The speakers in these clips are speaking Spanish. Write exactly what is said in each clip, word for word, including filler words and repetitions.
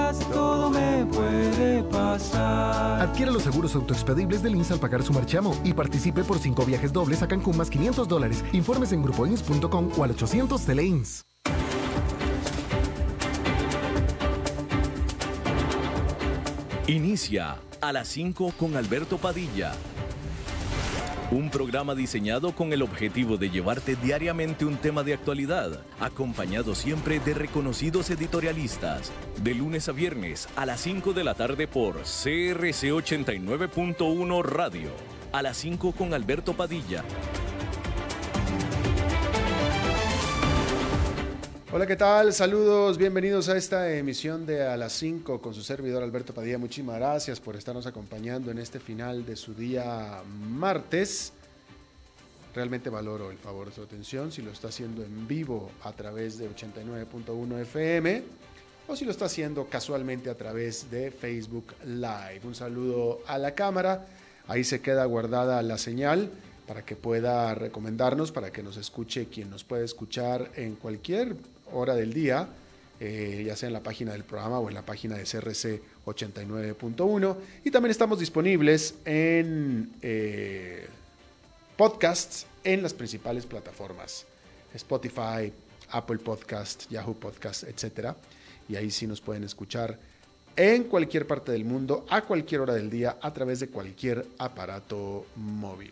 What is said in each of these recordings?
quieras, todo me puede pasar. Adquiera los seguros autoexpedibles del I N S S al pagar su marchamo y participe por cinco viajes dobles a Cancún más quinientos dólares. Informes en grupo ins punto com o al ochocientos Tele I N S S. Inicia a las cinco con Alberto Padilla. Un programa diseñado con el objetivo de llevarte diariamente un tema de actualidad, acompañado siempre de reconocidos editorialistas, de lunes a viernes a las cinco de la tarde por C R C ochenta y nueve punto uno Radio. A las cinco con Alberto Padilla. Hola, ¿qué tal? Saludos, bienvenidos a esta emisión de A las cinco con su servidor Alberto Padilla. Muchísimas gracias por estarnos acompañando en este final de su día martes. Realmente valoro el favor de su atención, si lo está haciendo en vivo a través de ochenta y nueve punto uno F M o si lo está haciendo casualmente a través de Facebook Live. Un saludo a la cámara, ahí se queda guardada la señal para que pueda recomendarnos, para que nos escuche quien nos puede escuchar en cualquier hora del día, eh, ya sea en la página del programa o en la página de C R C ochenta y nueve punto uno. Y también estamos disponibles en eh, podcasts en las principales plataformas: Spotify, Apple Podcast, Yahoo Podcast, etcétera. Y ahí sí nos pueden escuchar en cualquier parte del mundo, a cualquier hora del día, a través de cualquier aparato móvil.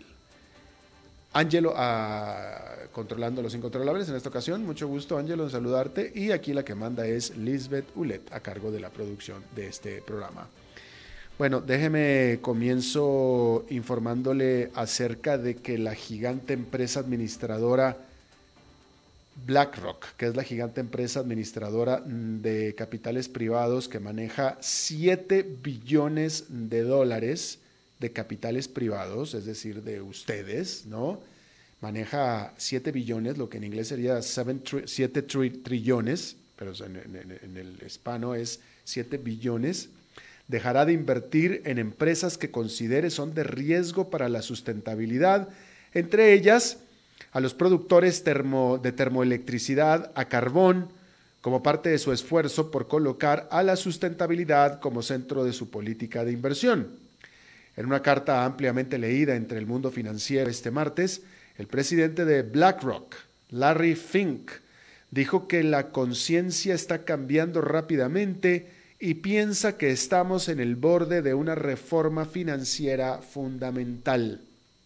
Ángelo, uh, controlando los incontrolables en esta ocasión. Mucho gusto, Ángelo, en saludarte. Y aquí la que manda es Lisbeth Ulet, a cargo de la producción de este programa. Bueno, déjeme comienzo informándole acerca de que la gigante empresa administradora BlackRock, que es la gigante empresa administradora de capitales privados que maneja siete billones de dólares de capitales privados, es decir, de ustedes, ¿no? Maneja siete billones, lo que en inglés sería siete trillones, pero en, en, en el hispano es siete billones. Dejará de invertir en empresas que considere son de riesgo para la sustentabilidad, entre ellas a los productores termo, de termoelectricidad a carbón, como parte de su esfuerzo por colocar a la sustentabilidad como centro de su política de inversión. En una carta ampliamente leída entre el mundo financiero este martes, el presidente de BlackRock, Larry Fink, dijo que la conciencia está cambiando rápidamente y piensa que estamos en el borde de una reforma financiera fundamental.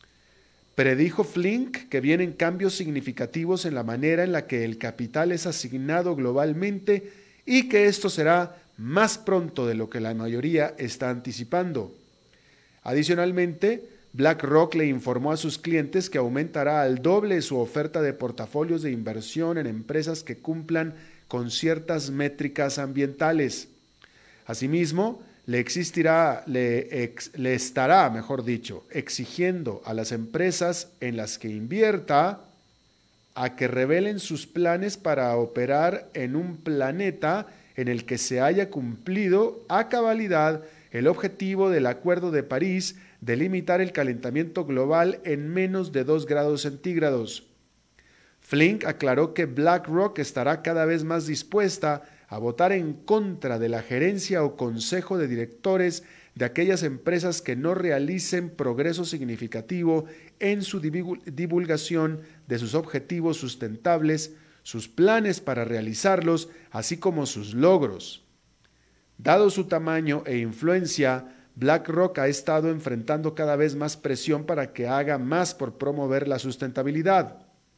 Predijo Flink que vienen cambios significativos en la manera en la que el capital es asignado globalmente y que esto será más pronto de lo que la mayoría está anticipando. Adicionalmente, BlackRock le informó a sus clientes que aumentará al doble su oferta de portafolios de inversión en empresas que cumplan con ciertas métricas ambientales. Asimismo, le existirá, le, ex, le estará, mejor dicho, exigiendo a las empresas en las que invierta a que revelen sus planes para operar en un planeta en el que se haya cumplido a cabalidad el objetivo del Acuerdo de París de limitar el calentamiento global en menos de dos grados centígrados. Flink aclaró que BlackRock estará cada vez más dispuesta a votar en contra de la gerencia o consejo de directores de aquellas empresas que no realicen progreso significativo en su divulgación de sus objetivos sustentables, sus planes para realizarlos, así como sus logros. Dado su tamaño e influencia, BlackRock ha estado enfrentando cada vez más presión para que haga más por promover la sustentabilidad.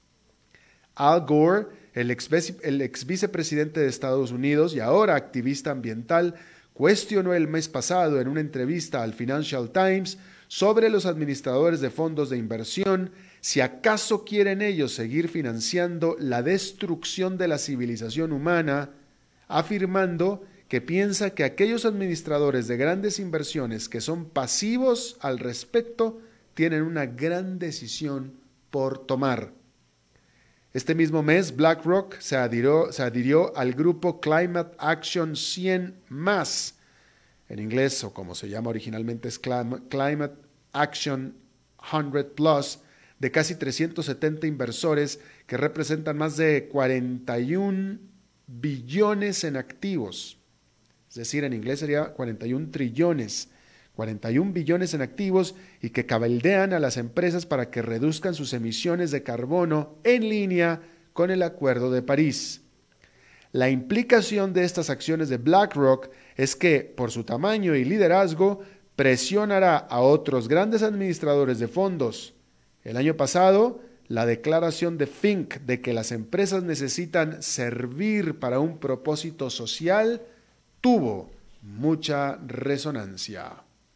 Al Gore, el ex, el ex vicepresidente de Estados Unidos y ahora activista ambiental, cuestionó el mes pasado en una entrevista al Financial Times sobre los administradores de fondos de inversión si acaso quieren ellos seguir financiando la destrucción de la civilización humana, afirmando que piensa que aquellos administradores de grandes inversiones que son pasivos al respecto tienen una gran decisión por tomar. Este mismo mes, BlackRock se adhirió, se adhirió al grupo Climate Action cien más, en inglés, o como se llama originalmente es Climate Action cien plus, de casi trescientos setenta inversores que representan más de cuarenta y un billones en activos. es decir, en inglés sería cuarenta y un trillones, cuarenta y un billones en activos y que cabildean a las empresas para que reduzcan sus emisiones de carbono en línea con el Acuerdo de París. La implicación de estas acciones de BlackRock es que, por su tamaño y liderazgo, presionará a otros grandes administradores de fondos. El año pasado, la declaración de Fink de que las empresas necesitan servir para un propósito social tuvo mucha resonancia.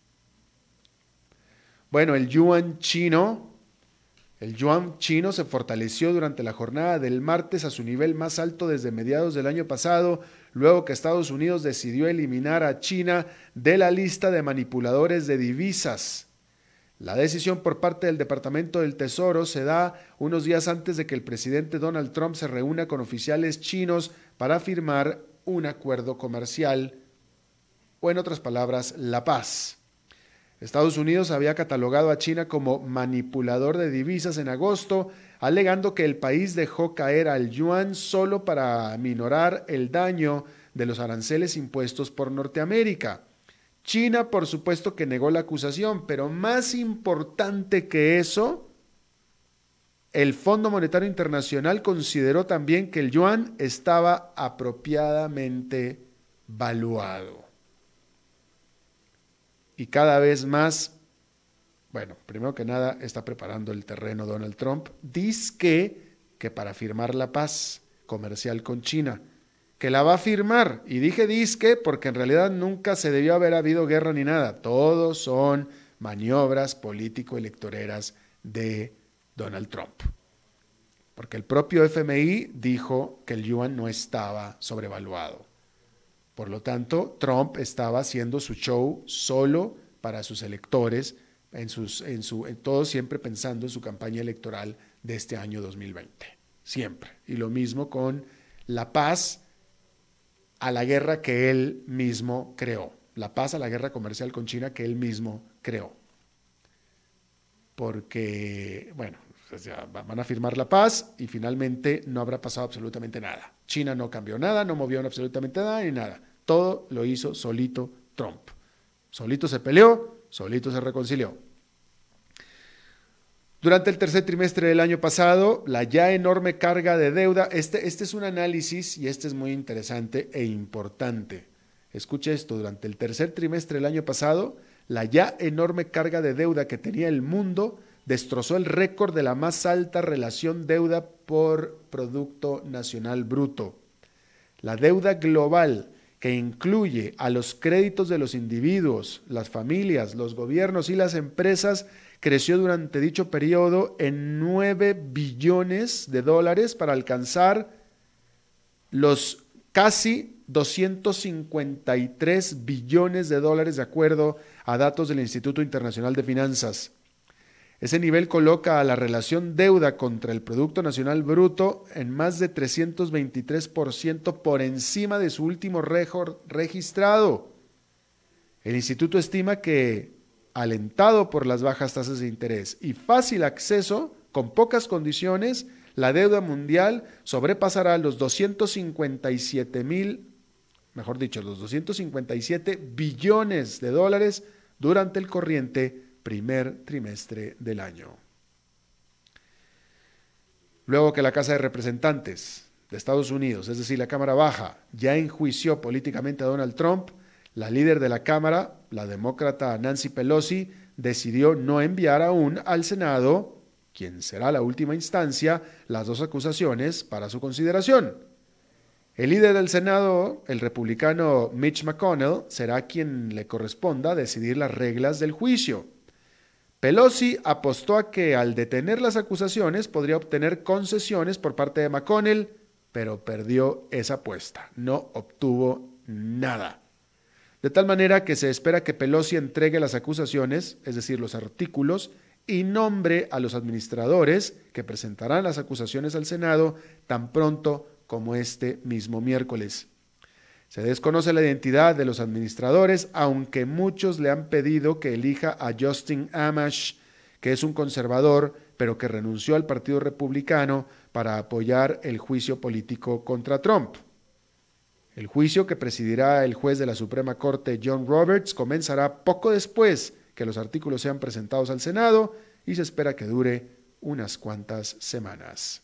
Bueno, el yuan chino, el yuan chino se fortaleció durante la jornada del martes a su nivel más alto desde mediados del año pasado, luego que Estados Unidos decidió eliminar a China de la lista de manipuladores de divisas. La decisión por parte del Departamento del Tesoro se da unos días antes de que el presidente Donald Trump se reúna con oficiales chinos para firmar un acuerdo comercial, o en otras palabras, la paz. Estados Unidos había catalogado a China como manipulador de divisas en agosto, alegando que el país dejó caer al yuan solo para minorar el daño de los aranceles impuestos por Norteamérica. China, por supuesto, que negó la acusación, pero más importante que eso, el Fondo Monetario Internacional consideró también que el yuan estaba apropiadamente valuado. Y cada vez más, bueno, primero que nada está preparando el terreno Donald Trump, dizque que para firmar la paz comercial con China, que la va a firmar, y dije dizque porque en realidad nunca se debió haber habido guerra ni nada, todos son maniobras político-electoreras de Donald Trump, porque el propio F M I dijo que el yuan no estaba sobrevaluado. Por lo tanto, Trump estaba haciendo su show solo para sus electores, en sus, en su, en todo siempre pensando en su campaña electoral de este año dos mil veinte. Siempre. Y lo mismo con la paz a la guerra que él mismo creó. La paz a la guerra comercial con China que él mismo creó. Porque, bueno, o sea, van a firmar la paz y finalmente no habrá pasado absolutamente nada. China no cambió nada, no movió absolutamente nada ni nada. Todo lo hizo solito Trump. Solito se peleó, solito se reconcilió. Durante el tercer trimestre del año pasado, la ya enorme carga de deuda, este, este es un análisis y este es muy interesante e importante. Escuche esto, durante el tercer trimestre del año pasado, la ya enorme carga de deuda que tenía el mundo destrozó el récord de la más alta relación deuda por Producto Nacional Bruto. La deuda global, que incluye a los créditos de los individuos, las familias, los gobiernos y las empresas, creció durante dicho periodo en nueve billones de dólares para alcanzar los casi doscientos cincuenta y tres billones de dólares de acuerdo a datos del Instituto Internacional de Finanzas. Ese nivel coloca a la relación deuda contra el Producto Nacional Bruto en más de trescientos veintitrés por ciento por encima de su último récord registrado. El instituto estima que, alentado por las bajas tasas de interés y fácil acceso, con pocas condiciones, la deuda mundial sobrepasará los doscientos cincuenta y siete mil, mejor dicho, los doscientos cincuenta y siete billones de dólares durante el corriente primer trimestre del año. Luego que la Casa de Representantes de Estados Unidos, es decir, la Cámara Baja, ya enjuició políticamente a Donald Trump, la líder de la Cámara, la demócrata Nancy Pelosi, decidió no enviar aún al Senado, quien será la última instancia, las dos acusaciones para su consideración. El líder del Senado, el republicano Mitch McConnell, será quien le corresponda decidir las reglas del juicio. Pelosi apostó a que al detener las acusaciones podría obtener concesiones por parte de McConnell, pero perdió esa apuesta, no obtuvo nada. De tal manera que se espera que Pelosi entregue las acusaciones, es decir, los artículos, y nombre a los administradores que presentarán las acusaciones al Senado tan pronto como este mismo miércoles. Se desconoce la identidad de los administradores, aunque muchos le han pedido que elija a Justin Amash, que es un conservador, pero que renunció al Partido Republicano para apoyar el juicio político contra Trump. El juicio que presidirá el juez de la Suprema Corte John Roberts comenzará poco después que los artículos sean presentados al Senado y se espera que dure unas cuantas semanas.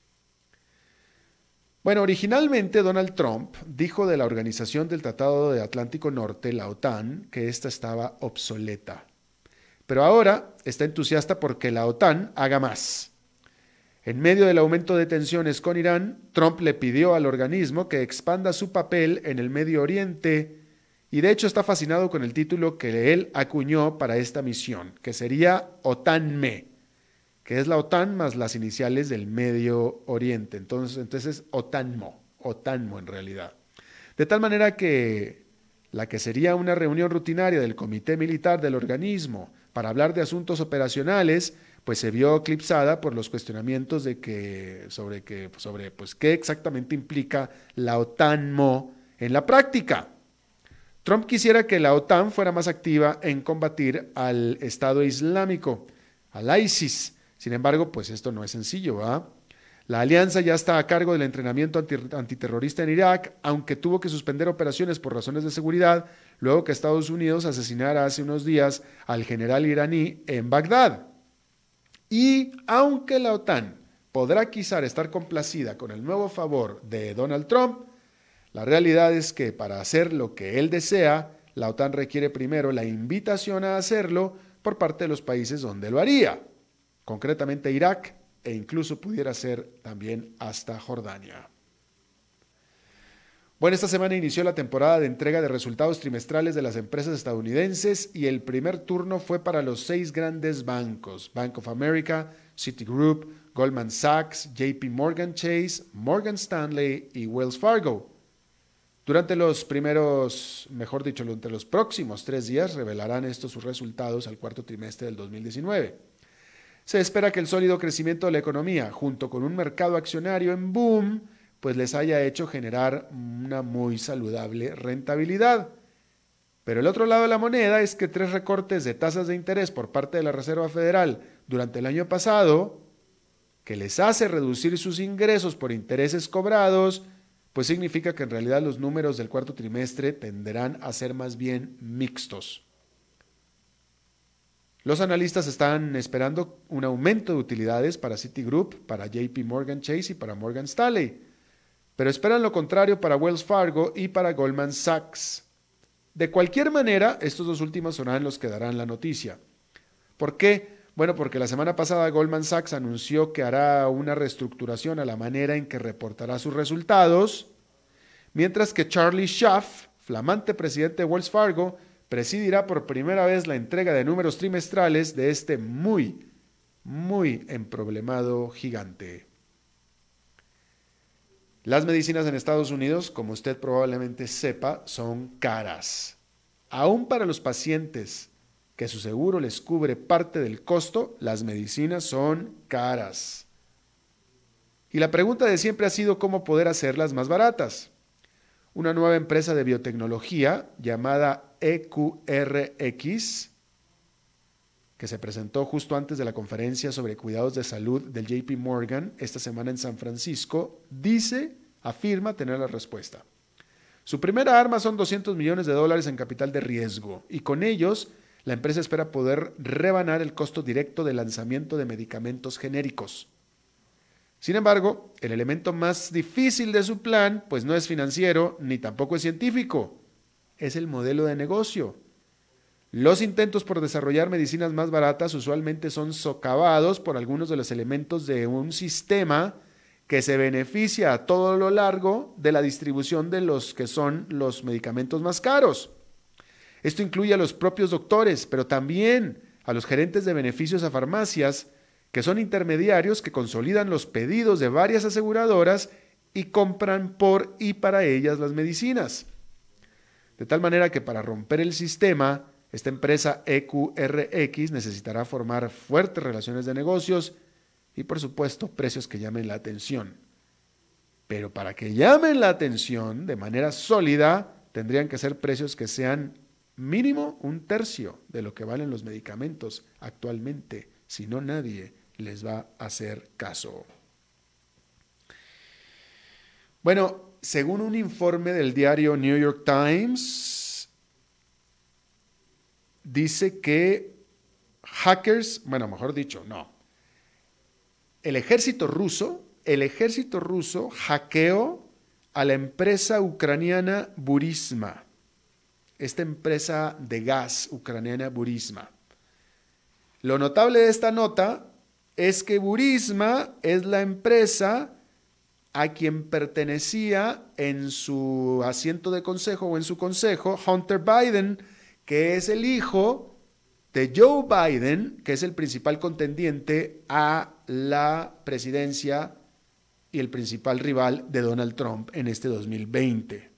Bueno, originalmente Donald Trump dijo de la Organización del Tratado de Atlántico Norte, la OTAN, que ésta estaba obsoleta. Pero ahora está entusiasta porque la OTAN haga más. En medio del aumento de tensiones con Irán, Trump le pidió al organismo que expanda su papel en el Medio Oriente y de hecho está fascinado con el título que él acuñó para esta misión, que sería OTANME, que es la OTAN más las iniciales del Medio Oriente. Entonces, entonces OTANMO, OTANMO en realidad. De tal manera que la que sería una reunión rutinaria del Comité Militar del organismo para hablar de asuntos operacionales, pues se vio eclipsada por los cuestionamientos de que, sobre, que, sobre pues, qué exactamente implica la OTANMO en la práctica. Trump quisiera que la OTAN fuera más activa en combatir al Estado Islámico, al ISIS. Sin embargo, pues esto no es sencillo, ¿verdad? La alianza ya está a cargo del entrenamiento anti, antiterrorista en Irak, aunque tuvo que suspender operaciones por razones de seguridad, luego que Estados Unidos asesinara hace unos días al general iraní en Bagdad. Y aunque la OTAN podrá quizá estar complacida con el nuevo favor de Donald Trump, la realidad es que para hacer lo que él desea, la OTAN requiere primero la invitación a hacerlo por parte de los países donde lo haría, concretamente Irak e incluso pudiera ser también hasta Jordania. Bueno, esta semana inició la temporada de entrega de resultados trimestrales de las empresas estadounidenses y el primer turno fue para los seis grandes bancos: Bank of America, Citigroup, Goldman Sachs, J P Morgan Chase, Morgan Stanley y Wells Fargo. Durante los primeros, mejor dicho, durante los próximos tres días revelarán estos sus resultados al cuarto trimestre del dos mil diecinueve. Se espera que el sólido crecimiento de la economía, junto con un mercado accionario en boom, pues les haya hecho generar una muy saludable rentabilidad. Pero el otro lado de la moneda es que tres recortes de tasas de interés por parte de la Reserva Federal durante el año pasado, que les hace reducir sus ingresos por intereses cobrados, pues significa que en realidad los números del cuarto trimestre tenderán a ser más bien mixtos. Los analistas están esperando un aumento de utilidades para Citigroup, para J P Morgan Chase y para Morgan Stanley, pero esperan lo contrario para Wells Fargo y para Goldman Sachs. De cualquier manera, estos dos últimos serán los que darán la noticia. ¿Por qué? Bueno, porque la semana pasada Goldman Sachs anunció que hará una reestructuración a la manera en que reportará sus resultados, mientras que Charlie Schaff, flamante presidente de Wells Fargo, presidirá por primera vez la entrega de números trimestrales de este muy, muy emproblemado gigante. Las medicinas en Estados Unidos, como usted probablemente sepa, son caras. Aún para los pacientes que su seguro les cubre parte del costo, las medicinas son caras. Y la pregunta de siempre ha sido cómo poder hacerlas más baratas. Una nueva empresa de biotecnología llamada E Q R X, que se presentó justo antes de la conferencia sobre cuidados de salud del J P Morgan esta semana en San Francisco, dice, afirma tener la respuesta. Su primera arma son doscientos millones de dólares en capital de riesgo y con ellos la empresa espera poder rebanar el costo directo del lanzamiento de medicamentos genéricos. Sin embargo, el elemento más difícil de su plan, pues no es financiero ni tampoco es científico, es el modelo de negocio. Los intentos por desarrollar medicinas más baratas usualmente son socavados por algunos de los elementos de un sistema que se beneficia a todo lo largo de la distribución de los que son los medicamentos más caros. Esto incluye a los propios doctores, pero también a los gerentes de beneficios a farmacias, que son intermediarios que consolidan los pedidos de varias aseguradoras y compran por y para ellas las medicinas. De tal manera que para romper el sistema, esta empresa E Q R X necesitará formar fuertes relaciones de negocios y, por supuesto, precios que llamen la atención. Pero para que llamen la atención de manera sólida, tendrían que ser precios que sean mínimo un tercio de lo que valen los medicamentos actualmente, si no nadie les va a hacer caso. Bueno, según un informe del diario New York Times, dice que hackers, bueno, mejor dicho, no. El ejército ruso, el ejército ruso hackeó a la empresa ucraniana Burisma, esta empresa de gas ucraniana Burisma. Lo notable de esta nota es que Burisma es la empresa a quien pertenecía en su asiento de consejo o en su consejo Hunter Biden, que es el hijo de Joe Biden, que es el principal contendiente a la presidencia y el principal rival de Donald Trump en este dos mil veinte.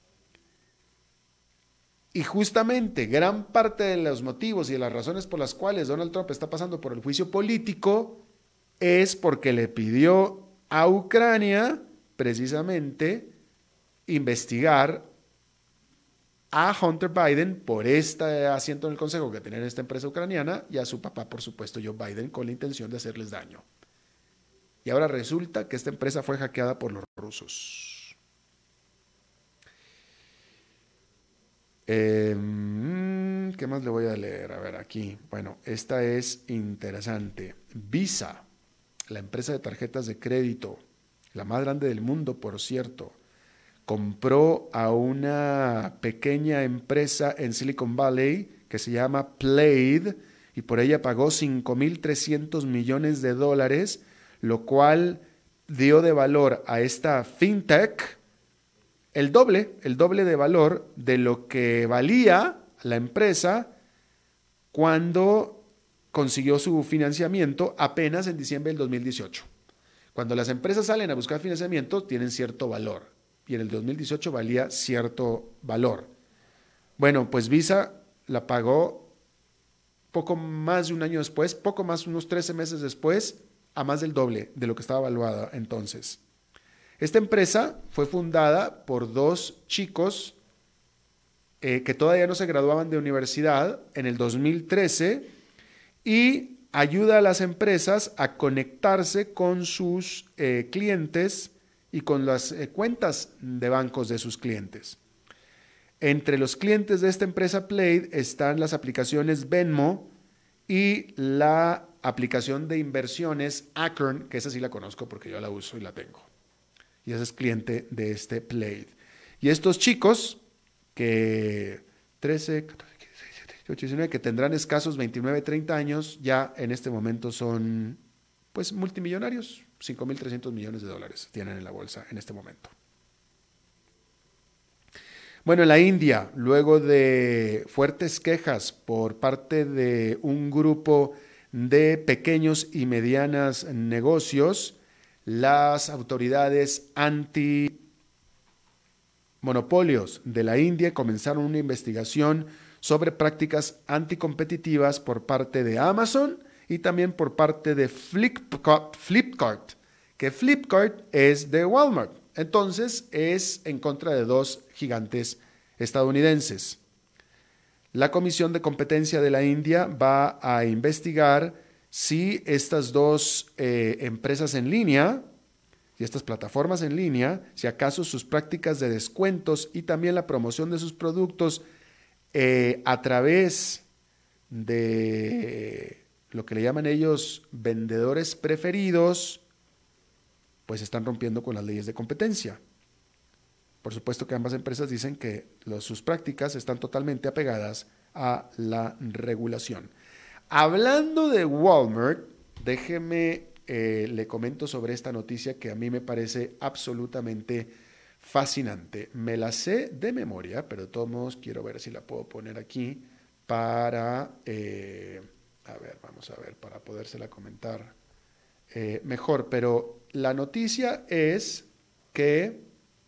Y justamente gran parte de los motivos y de las razones por las cuales Donald Trump está pasando por el juicio político es porque le pidió a Ucrania precisamente investigar a Hunter Biden por este asiento en el consejo que tiene esta empresa ucraniana y a su papá, por supuesto, Joe Biden, con la intención de hacerles daño. Y ahora resulta que esta empresa fue hackeada por los rusos. Eh, ¿Qué más le voy a leer? A ver, aquí. Bueno, esta es interesante. Visa, la empresa de tarjetas de crédito, la más grande del mundo, por cierto, compró a una pequeña empresa en Silicon Valley que se llama Plaid y por ella pagó cinco mil trescientos millones de dólares, lo cual dio de valor a esta fintech el doble, el doble de valor de lo que valía la empresa cuando consiguió su financiamiento apenas en diciembre del dos mil dieciocho. Cuando las empresas salen a buscar financiamiento tienen cierto valor y en el dos mil dieciocho valía cierto valor. Bueno, pues Visa la pagó poco más de un año después, poco más, unos trece meses después, a más del doble de lo que estaba evaluada entonces. Esta empresa fue fundada por dos chicos eh, que todavía no se graduaban de universidad en el dos mil trece y ayuda a las empresas a conectarse con sus eh, clientes y con las eh, cuentas de bancos de sus clientes. Entre los clientes de esta empresa Plaid están las aplicaciones Venmo y la aplicación de inversiones Acorn, que esa sí la conozco porque yo la uso y la tengo. Y ese es cliente de este Plaid. Y estos chicos, que trece, catorce, quince, diecisiete, dieciocho, diecinueve, que tendrán escasos veintinueve, treinta años, ya en este momento son pues multimillonarios. cinco mil trescientos millones de dólares tienen en la bolsa en este momento. Bueno, en la India, luego de fuertes quejas por parte de un grupo de pequeños y medianos negocios, las autoridades antimonopolios de la India comenzaron una investigación sobre prácticas anticompetitivas por parte de Amazon y también por parte de Flipkart, Flipkart, que Flipkart es de Walmart. Entonces es en contra de dos gigantes estadounidenses. La Comisión de Competencia de la India va a investigar si estas dos eh, empresas en línea y estas plataformas en línea, si acaso sus prácticas de descuentos y también la promoción de sus productos eh, a través de lo que le llaman ellos vendedores preferidos, pues están rompiendo con las leyes de competencia. Por supuesto que ambas empresas dicen que los, sus prácticas están totalmente apegadas a la regulación. Hablando de Walmart, déjeme, eh, le comento sobre esta noticia que a mí me parece absolutamente fascinante. Me la sé de memoria, pero de todos modos quiero ver si la puedo poner aquí para, eh, a ver, vamos a ver, para podérsela comentar eh, mejor. Pero la noticia es que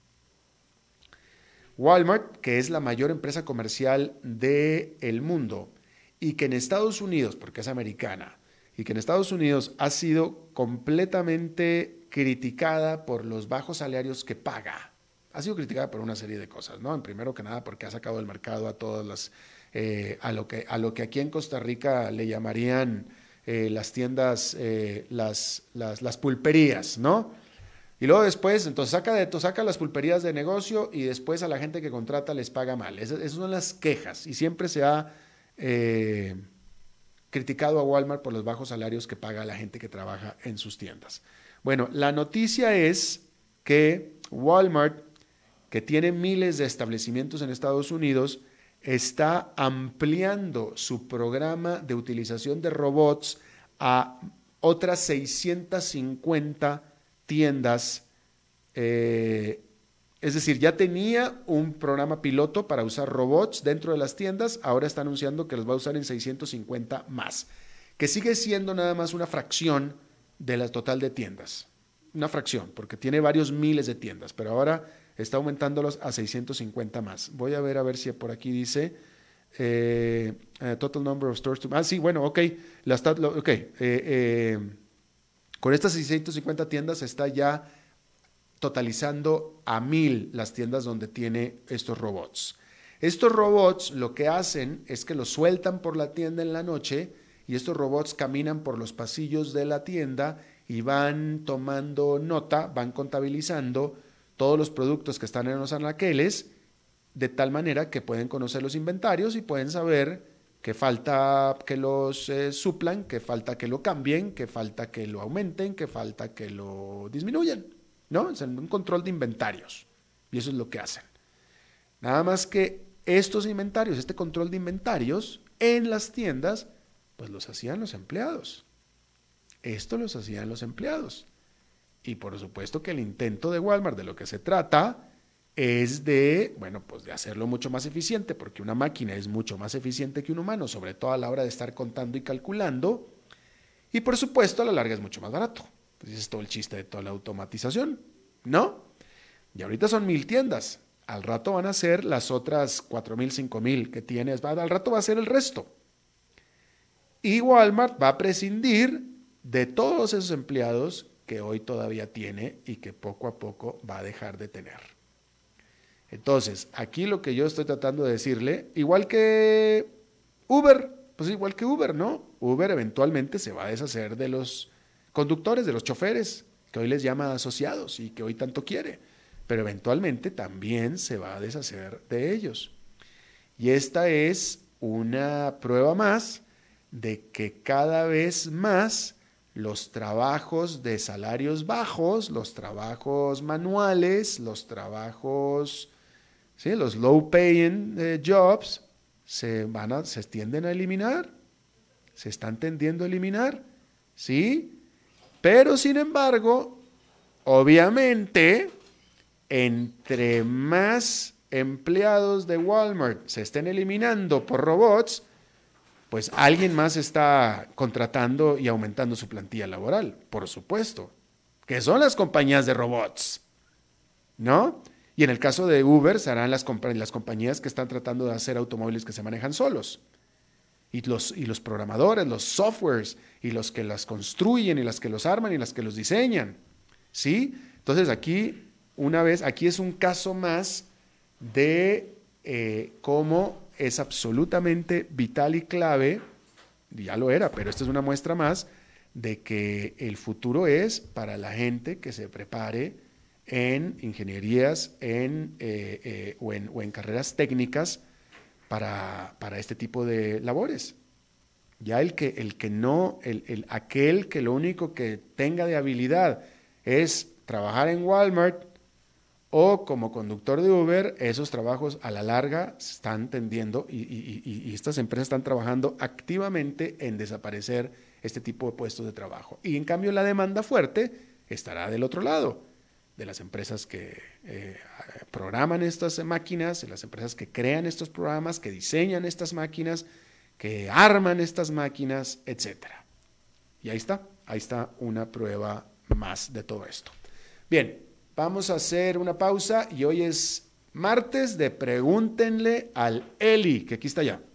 Walmart, que es la mayor empresa comercial del mundo y que en Estados Unidos, porque es americana, y que en Estados Unidos ha sido completamente criticada por los bajos salarios que paga. Ha sido criticada por una serie de cosas, ¿no? En primero que nada porque ha sacado del mercado a todas las, eh, a lo que a lo que aquí en Costa Rica le llamarían eh, las tiendas, eh, las, las, las pulperías, ¿no? Y luego después, entonces saca, de, saca las pulperías de negocio y después a la gente que contrata les paga mal. Esas, esas son las quejas y siempre se ha eh, criticado a Walmart por los bajos salarios que paga la gente que trabaja en sus tiendas. Bueno, la noticia es que Walmart, que tiene miles de establecimientos en Estados Unidos, está ampliando su programa de utilización de robots a otras seiscientas cincuenta tiendas, eh, es decir, ya tenía un programa piloto para usar robots dentro de las tiendas, ahora está anunciando que los va a usar en seiscientos cincuenta más, que sigue siendo nada más una fracción de la total de tiendas, una fracción, porque tiene varios miles de tiendas, pero ahora está aumentándolos a seiscientos cincuenta más. Voy a ver a ver si por aquí dice eh, uh, total number of stores to... Ah, sí, bueno, ok, la está, ok, eh, eh, con estas seiscientas cincuenta tiendas está ya totalizando a mil las tiendas donde tiene estos robots. Estos robots lo que hacen es que los sueltan por la tienda en la noche y estos robots caminan por los pasillos de la tienda y van tomando nota, van contabilizando todos los productos que están en los anaqueles, de tal manera que pueden conocer los inventarios y pueden saber que falta que los eh, suplan, que falta que lo cambien, que falta que lo aumenten, que falta que lo disminuyan, ¿no? Es un control de inventarios y eso es lo que hacen. Nada más que estos inventarios, este control de inventarios en las tiendas, pues los hacían los empleados. Esto los hacían los empleados. Y por supuesto que el intento de Walmart, de lo que se trata, es de, bueno, pues de hacerlo mucho más eficiente, porque una máquina es mucho más eficiente que un humano, sobre todo a la hora de estar contando y calculando, y por supuesto a la larga es mucho más barato. Pues ese es todo el chiste de toda la automatización, ¿no? Y ahorita son mil tiendas, al rato van a ser las otras cuatro mil, cinco mil que tienes, al rato va a ser el resto. Y Walmart va a prescindir de todos esos empleados que hoy todavía tiene y que poco a poco va a dejar de tener. Entonces, aquí lo que yo estoy tratando de decirle, igual que Uber, pues igual que Uber, ¿no? Uber eventualmente se va a deshacer de los conductores, de los choferes, que hoy les llama asociados y que hoy tanto quiere, pero eventualmente también se va a deshacer de ellos. Y esta es una prueba más de que cada vez más los trabajos de salarios bajos, los trabajos manuales, los trabajos, ¿sí? Los low paying eh, jobs se van a, se tienden a eliminar, se están tendiendo a eliminar, ¿sí? Pero sin embargo, obviamente, entre más empleados de Walmart se estén eliminando por robots, pues alguien más está contratando y aumentando su plantilla laboral, por supuesto, que son las compañías de robots, ¿no? Y en el caso de Uber serán las, compa- las compañías que están tratando de hacer automóviles que se manejan solos. Y los, y los programadores, los softwares, y los que las construyen, y las que los arman, y las que los diseñan, ¿sí? Entonces aquí, una vez, aquí es un caso más de eh, cómo es absolutamente vital y clave, ya lo era, pero esta es una muestra más, de que el futuro es para la gente que se prepare en ingenierías en, eh, eh, o, en, o en carreras técnicas para, para este tipo de labores. Ya el que, el que no, el, el, aquel que lo único que tenga de habilidad es trabajar en Walmart o como conductor de Uber, esos trabajos a la larga están tendiendo y, y, y, y estas empresas están trabajando activamente en desaparecer este tipo de puestos de trabajo. Y en cambio la demanda fuerte estará del otro lado, de las empresas que eh, programan estas máquinas, de las empresas que crean estos programas, que diseñan estas máquinas, que arman estas máquinas, etcétera. Y ahí está, ahí está una prueba más de todo esto. Bien, vamos a hacer una pausa y hoy es martes de Pregúntenle al Eli, que aquí está ya.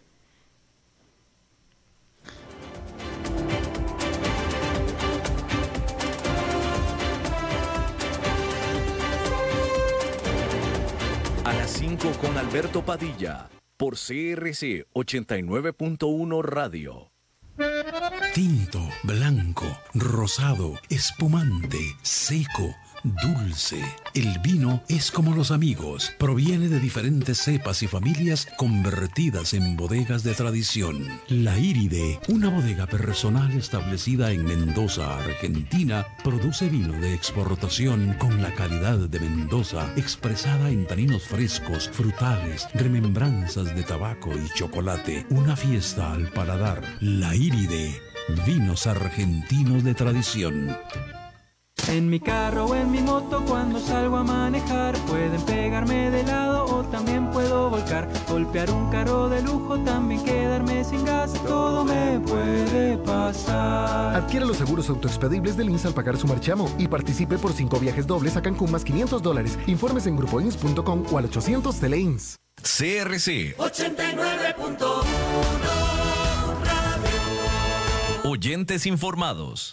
A las cinco con Alberto Padilla, por C R C ochenta y nueve punto uno Radio. Tinto, blanco, rosado, espumante, seco, Dulce. El vino es como los amigos. Proviene de diferentes cepas y familias convertidas en bodegas de tradición. La Iride, una bodega personal establecida en Mendoza, Argentina, produce vino de exportación con la calidad de Mendoza, expresada en taninos frescos, frutales, remembranzas de tabaco y chocolate. Una fiesta al paladar. La Iride, vinos argentinos de tradición. En mi carro o en mi moto cuando salgo a manejar, pueden pegarme de lado o también puedo volcar, golpear un carro de lujo, también quedarme sin gas, todo me puede pasar. Adquiere los seguros autoexpedibles del I N S al pagar su marchamo y participe por cinco viajes dobles a Cancún más quinientos dólares. Informes en grupo ins punto com o al ochocientos Tele I N S. C R C ochenta y nueve punto uno Radio. Oyentes informados.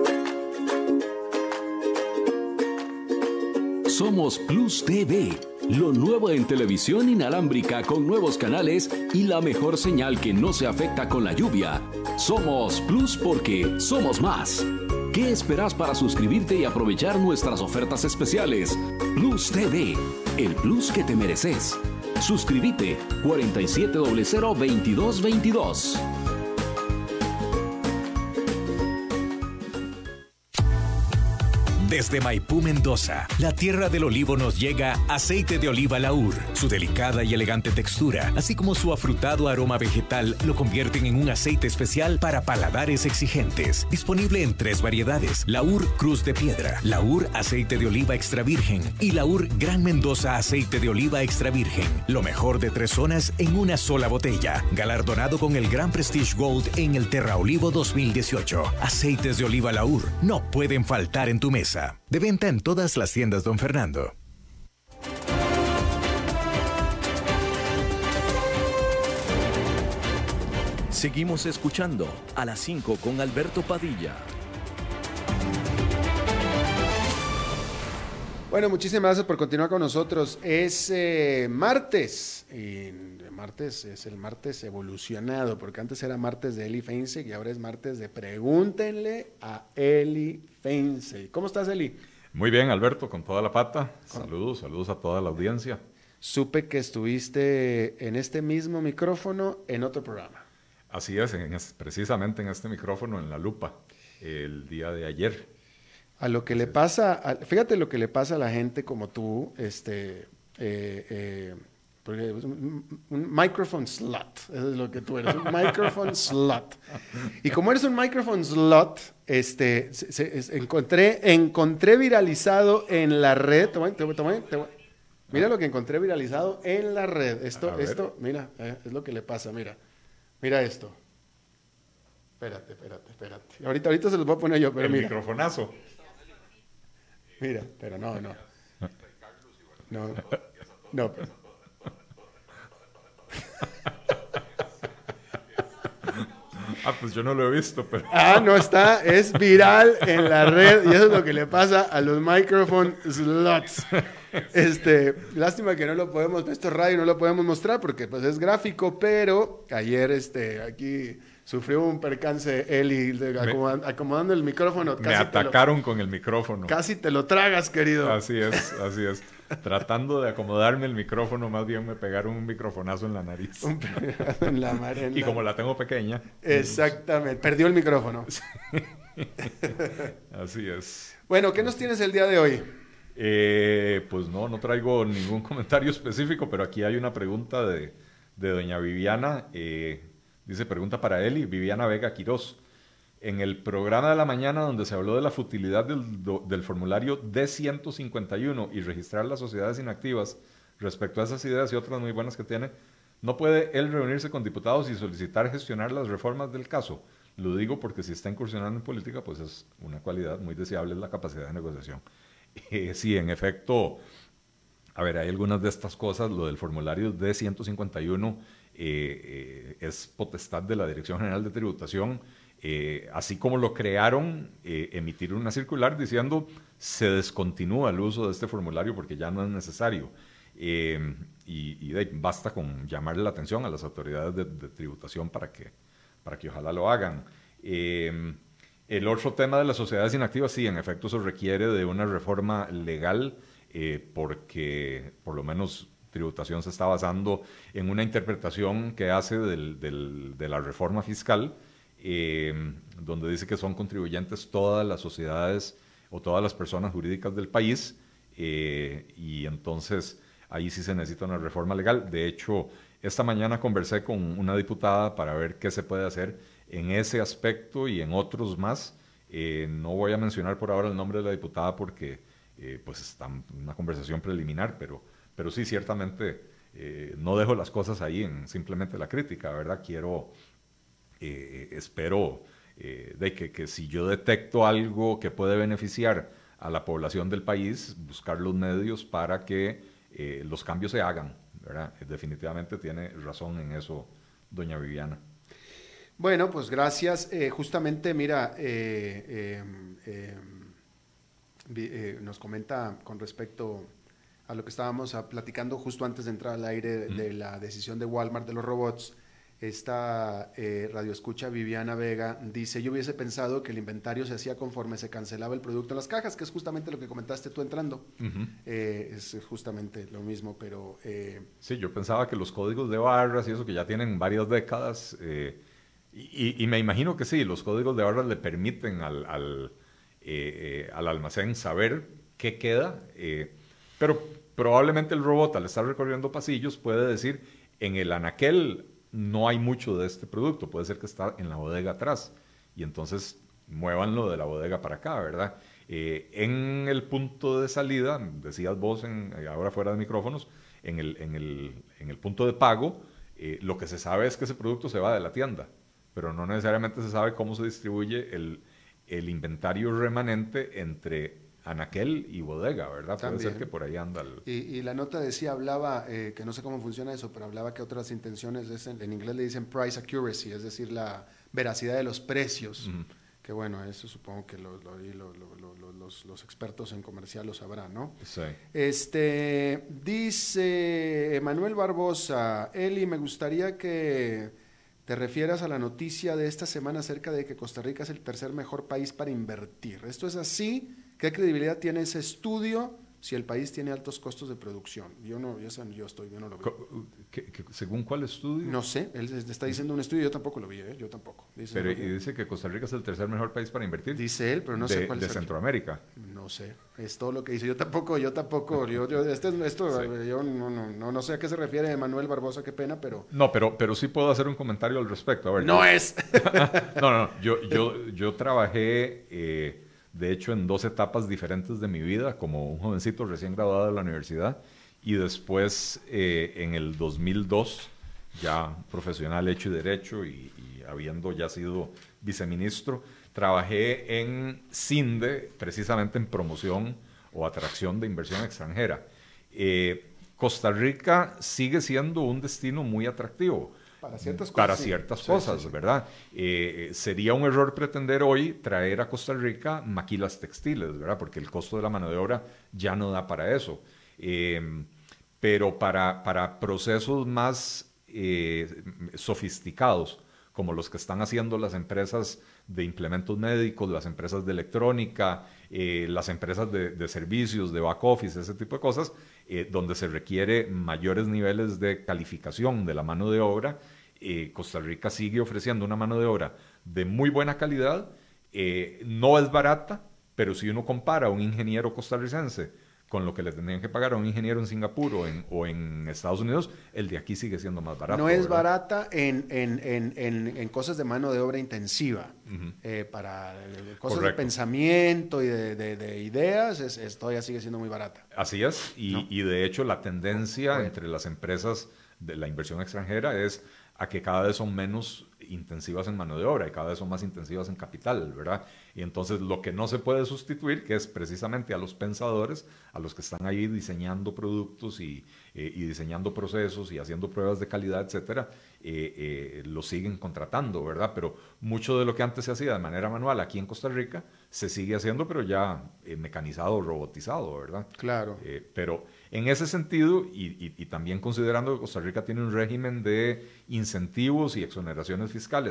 Somos Plus T V, lo nuevo en televisión inalámbrica con nuevos canales y la mejor señal que no se afecta con la lluvia. Somos Plus porque somos más. ¿Qué esperas para suscribirte y aprovechar nuestras ofertas especiales? Plus T V, el plus que te mereces. Suscríbete cuarenta y siete cero cero veintidós veintidós. Desde Maipú, Mendoza, la tierra del olivo, nos llega aceite de oliva Laur. Su delicada y elegante textura, así como su afrutado aroma vegetal, lo convierten en un aceite especial para paladares exigentes. Disponible en tres variedades: Laur Cruz de Piedra, Laur Aceite de Oliva Extra Virgen y Laur Gran Mendoza Aceite de Oliva Extra Virgen. Lo mejor de tres zonas en una sola botella. Galardonado con el Gran Prestige Gold en el Terra Olivo dos mil dieciocho. Aceites de oliva Laur no pueden faltar en tu mesa. De venta en todas las tiendas Don Fernando. Seguimos escuchando a las cinco con Alberto Padilla. Bueno, muchísimas gracias por continuar con nosotros. Es eh, martes, y martes es el martes evolucionado, porque antes era martes de Eli Feinsey y ahora es martes de Pregúntenle a Eli Feinsey. ¿Cómo estás, Eli? Muy bien, Alberto, con toda la pata. Saludos, saludos a toda la audiencia. Supe que estuviste en este mismo micrófono en otro programa. Así es, en, precisamente en este micrófono, en La Lupa, el día de ayer. A lo que le pasa, a, fíjate lo que le pasa a la gente como tú, este, eh, eh, porque un, un microphone slot, eso es lo que tú eres, un microphone slot. Y como eres un microphone slot, este, se, se, es, encontré, encontré viralizado en la red, te voy, te voy, te voy, te voy. Mira lo que encontré viralizado en la red. Esto, esto, mira, eh, es lo que le pasa, mira, mira esto. Espérate, espérate, espérate. Ahorita, ahorita se los voy a poner yo, pero el mira. Microfonazo. Mira, pero no, no. No, no. Pero... Ah, pues yo no lo he visto, pero... Ah, no está, es viral en la red y eso es lo que le pasa a los microphone slots. Este, lástima que no lo podemos, esto es radio, no lo podemos mostrar porque pues es gráfico, pero ayer este, aquí... Sufrió un percance Eli de acomod me, acomodando el micrófono. Casi me atacaron lo, con el micrófono. Casi te lo tragas, querido. Así es, así es. Tratando de acomodarme el micrófono, más bien me pegaron un microfonazo en la nariz. Un en la mar, y como la tengo pequeña. Exactamente, perdió el micrófono. Así es. Bueno, ¿qué nos tienes el día de hoy? Eh, pues no, no traigo ningún comentario específico, pero aquí hay una pregunta de, de doña Viviana. Eh, Dice, pregunta para Eli, Viviana Vega Quirós. En el programa de la mañana donde se habló de la futilidad del, del formulario D ciento cincuenta y uno y registrar las sociedades inactivas respecto a esas ideas y otras muy buenas que tiene, ¿no puede él reunirse con diputados y solicitar gestionar las reformas del caso? Lo digo porque si está incursionando en política, pues es una cualidad muy deseable, es la capacidad de negociación. Eh, sí, en efecto, a ver, hay algunas de estas cosas, lo del formulario D ciento cincuenta y uno... Eh, eh, es potestad de la Dirección General de Tributación, eh, así como lo crearon, eh, emitir una circular diciendo se descontinúa el uso de este formulario porque ya no es necesario. Eh, y, y de, basta con llamarle la atención a las autoridades de, de tributación para que, para que ojalá lo hagan. Eh, El otro tema de las sociedades inactivas, sí, en efecto, eso requiere de una reforma legal, eh, porque por lo menos tributación se está basando en una interpretación que hace del, del, de la reforma fiscal, eh, donde dice que son contribuyentes todas las sociedades o todas las personas jurídicas del país, eh, y entonces ahí sí se necesita una reforma legal. De hecho, esta mañana conversé con una diputada para ver qué se puede hacer en ese aspecto y en otros más. Eh, no voy a mencionar por ahora el nombre de la diputada porque eh, pues está en una conversación preliminar, pero, pero sí, ciertamente eh, no dejo las cosas ahí en simplemente la crítica, ¿verdad? Quiero, eh, espero eh, de que, que si yo detecto algo que puede beneficiar a la población del país, buscar los medios para que eh, los cambios se hagan, ¿verdad? Definitivamente tiene razón en eso doña Viviana. Bueno, pues gracias. Eh, justamente, mira, eh, eh, eh, eh, nos comenta con respecto a lo que estábamos a, platicando justo antes de entrar al aire de, de la decisión de Walmart de los robots. Esta eh, radioescucha Viviana Vega dice: yo hubiese pensado que el inventario se hacía conforme se cancelaba el producto en las cajas, que es justamente lo que comentaste tú entrando. Uh-huh. eh, es justamente lo mismo, pero... Eh, sí, yo pensaba que los códigos de barras y eso que ya tienen varias décadas... Eh, Y, y me imagino que sí, los códigos de barras le permiten al, al, eh, eh, al almacén saber qué queda, eh, pero probablemente el robot al estar recorriendo pasillos puede decir, en el anaquel no hay mucho de este producto, puede ser que está en la bodega atrás, y entonces muévanlo de la bodega para acá, ¿verdad? Eh, en el punto de salida, decías vos en, ahora fuera de micrófonos, en el, en el, en el punto de pago, eh, lo que se sabe es que ese producto se va de la tienda, pero no necesariamente se sabe cómo se distribuye el, el inventario remanente entre anaquel y bodega, ¿verdad? También. Puede ser que por ahí anda el... Y, y la nota decía, hablaba, eh, que no sé cómo funciona eso, pero hablaba que otras intenciones, es en, en inglés le dicen price accuracy, es decir, la veracidad de los precios, uh-huh. que bueno, eso supongo que lo, lo, lo, lo, lo, lo, los, los expertos en comercial lo sabrán, ¿no? Sí. Este, dice Emanuel Barbosa: Eli, me gustaría que te refieras a la noticia de esta semana acerca de que Costa Rica es el tercer mejor país para invertir. ¿Esto es así? ¿Qué credibilidad tiene ese estudio si el país tiene altos costos de producción? Yo no, yo, yo estoy, yo no lo veo. ¿Qué, qué, ¿Según cuál estudio? No sé, él está diciendo un estudio, yo tampoco lo vi, ¿eh? Yo tampoco. Dice, pero, ¿y dice que Costa Rica es el tercer mejor país para invertir? Dice él, pero no de, sé cuál de es. ¿De Centroamérica? No sé, es todo lo que dice. Yo tampoco, yo tampoco, yo, yo este, esto, sí. yo no, no, no, no sé a qué se refiere Manuel Barbosa, qué pena, pero... No, pero, pero sí puedo hacer un comentario al respecto. A ver, ¡No yo, es! no, no, no, yo, yo, yo trabajé... Eh, de hecho, en dos etapas diferentes de mi vida, como un jovencito recién graduado de la universidad, y después eh, en el dos mil dos, ya profesional hecho y derecho, y, y habiendo ya sido viceministro, trabajé en CINDE, precisamente en promoción o atracción de inversión extranjera. Eh, Costa Rica sigue siendo un destino muy atractivo. Para ciertas cosas. Para ciertas sí. cosas, sí, sí, sí. ¿verdad? Eh, sería un error pretender hoy traer a Costa Rica maquilas textiles, ¿verdad? Porque el costo de la mano de obra ya no da para eso. Eh, pero para, para procesos más eh, sofisticados, como los que están haciendo las empresas de implementos médicos, las empresas de electrónica, eh, las empresas de, de servicios, de back office, ese tipo de cosas, eh, donde se requiere mayores niveles de calificación de la mano de obra, eh, Costa Rica sigue ofreciendo una mano de obra de muy buena calidad, eh, no es barata, pero si uno compara a un ingeniero costarricense con lo que le tendrían que pagar a un ingeniero en Singapur o en, o en Estados Unidos, el de aquí sigue siendo más barato. No es ¿verdad? barata en, en, en, en, en cosas de mano de obra intensiva. Uh-huh. eh, para eh, cosas Correcto. de pensamiento y de, de, de ideas, es, es, todavía sigue siendo muy barata. Así es, y, ¿no? y de hecho la tendencia bueno. entre las empresas de la inversión extranjera es a que cada vez son menos intensivas en mano de obra y cada vez son más intensivas en capital, ¿verdad? Y entonces lo que no se puede sustituir, que es precisamente a los pensadores, a los que están ahí diseñando productos y, eh, y diseñando procesos y haciendo pruebas de calidad, etcétera, eh, eh, lo siguen contratando, ¿verdad? Pero mucho de lo que antes se hacía de manera manual aquí en Costa Rica se sigue haciendo, pero ya eh, mecanizado, robotizado, ¿verdad? Claro. Eh, pero en ese sentido, y, y, y también considerando que Costa Rica tiene un régimen de incentivos y exoneraciones fiscales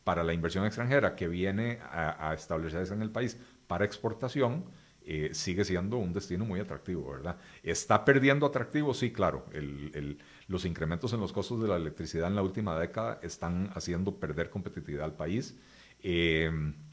para la inversión extranjera que viene a, a establecerse en el país para exportación, eh, sigue siendo un destino muy atractivo, ¿verdad? ¿Está perdiendo atractivo? Sí, claro. El, el, los incrementos en los costos de la electricidad en la última década están haciendo perder competitividad al país, eh,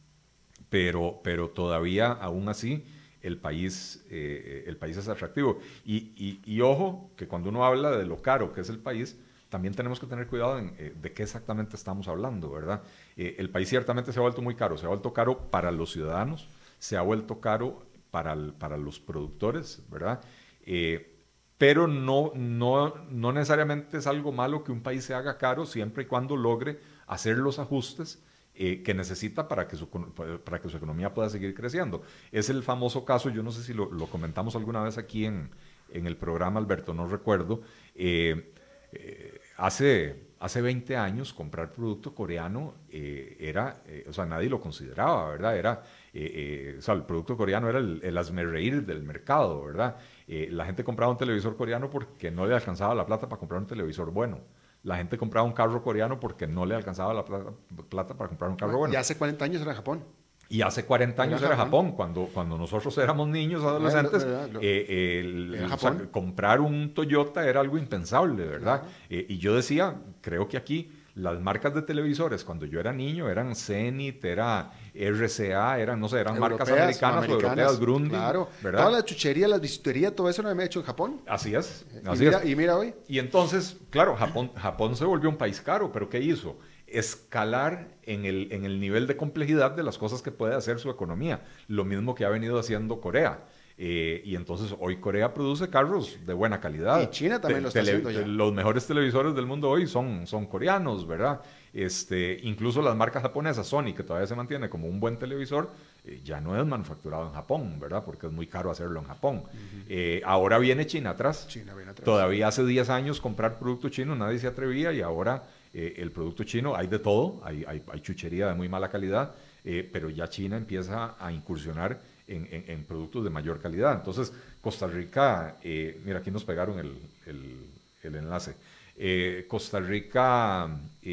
pero, pero todavía, aún así, el país, eh, el país es atractivo. Y, y, y ojo, que cuando uno habla de lo caro que es el país, también tenemos que tener cuidado en, eh, de qué exactamente estamos hablando, ¿verdad? Eh, el país ciertamente se ha vuelto muy caro, se ha vuelto caro para los ciudadanos, se ha vuelto caro para, el, para los productores, ¿verdad? Eh, pero no, no, no necesariamente es algo malo que un país se haga caro siempre y cuando logre hacer los ajustes eh, que necesita para que, su, para que su economía pueda seguir creciendo. Es el famoso caso, yo no sé si lo, lo comentamos alguna vez aquí en, en el programa, Alberto, no recuerdo, eh, eh, hace, hace veinte años comprar producto coreano eh, era, eh, o sea, nadie lo consideraba, ¿verdad? Era, eh, eh, o sea, el producto coreano era el, el hazmerreír del mercado, ¿verdad? Eh, la gente compraba un televisor coreano porque no le alcanzaba la plata para comprar un televisor bueno. La gente compraba un carro coreano porque no le alcanzaba la plata, plata para comprar un carro bueno. Y hace cuarenta años era Japón. Y hace cuarenta años era, era Japón, Japón. Cuando, cuando nosotros éramos niños, adolescentes, lo, lo, lo, eh, el, el, o sea, comprar un Toyota era algo impensable, ¿verdad? Uh-huh. Eh, y yo decía, creo que aquí las marcas de televisores, cuando yo era niño, eran Zenith, era R C A, eran, no sé, eran europeas, marcas americanas, o europeas, Grundy, claro, ¿verdad? Toda la chuchería, la bisutería, todo eso lo había hecho en Japón. Así es, así y, mira, es. y mira hoy. Y entonces, claro, Japón, Japón se volvió un país caro, pero ¿qué hizo? Escalar en el, en el nivel de complejidad de las cosas que puede hacer su economía. Lo mismo que ha venido haciendo Corea. Eh, y entonces hoy Corea produce carros de buena calidad. Y China también Te, lo está tele, haciendo ya. Los mejores televisores del mundo hoy son, son coreanos, ¿verdad? Este, incluso las marcas japonesas, Sony, que todavía se mantiene como un buen televisor, eh, ya no es manufacturado en Japón, ¿verdad? Porque es muy caro hacerlo en Japón. Uh-huh. eh, ahora viene China atrás. China viene atrás. Todavía hace diez años comprar producto chino nadie se atrevía y ahora... Eh, el producto chino, hay de todo, hay, hay, hay chuchería de muy mala calidad, eh, pero ya China empieza a incursionar en, en, en productos de mayor calidad. Entonces, Costa Rica, eh, mira, aquí nos pegaron el, el, el enlace. Eh, Costa Rica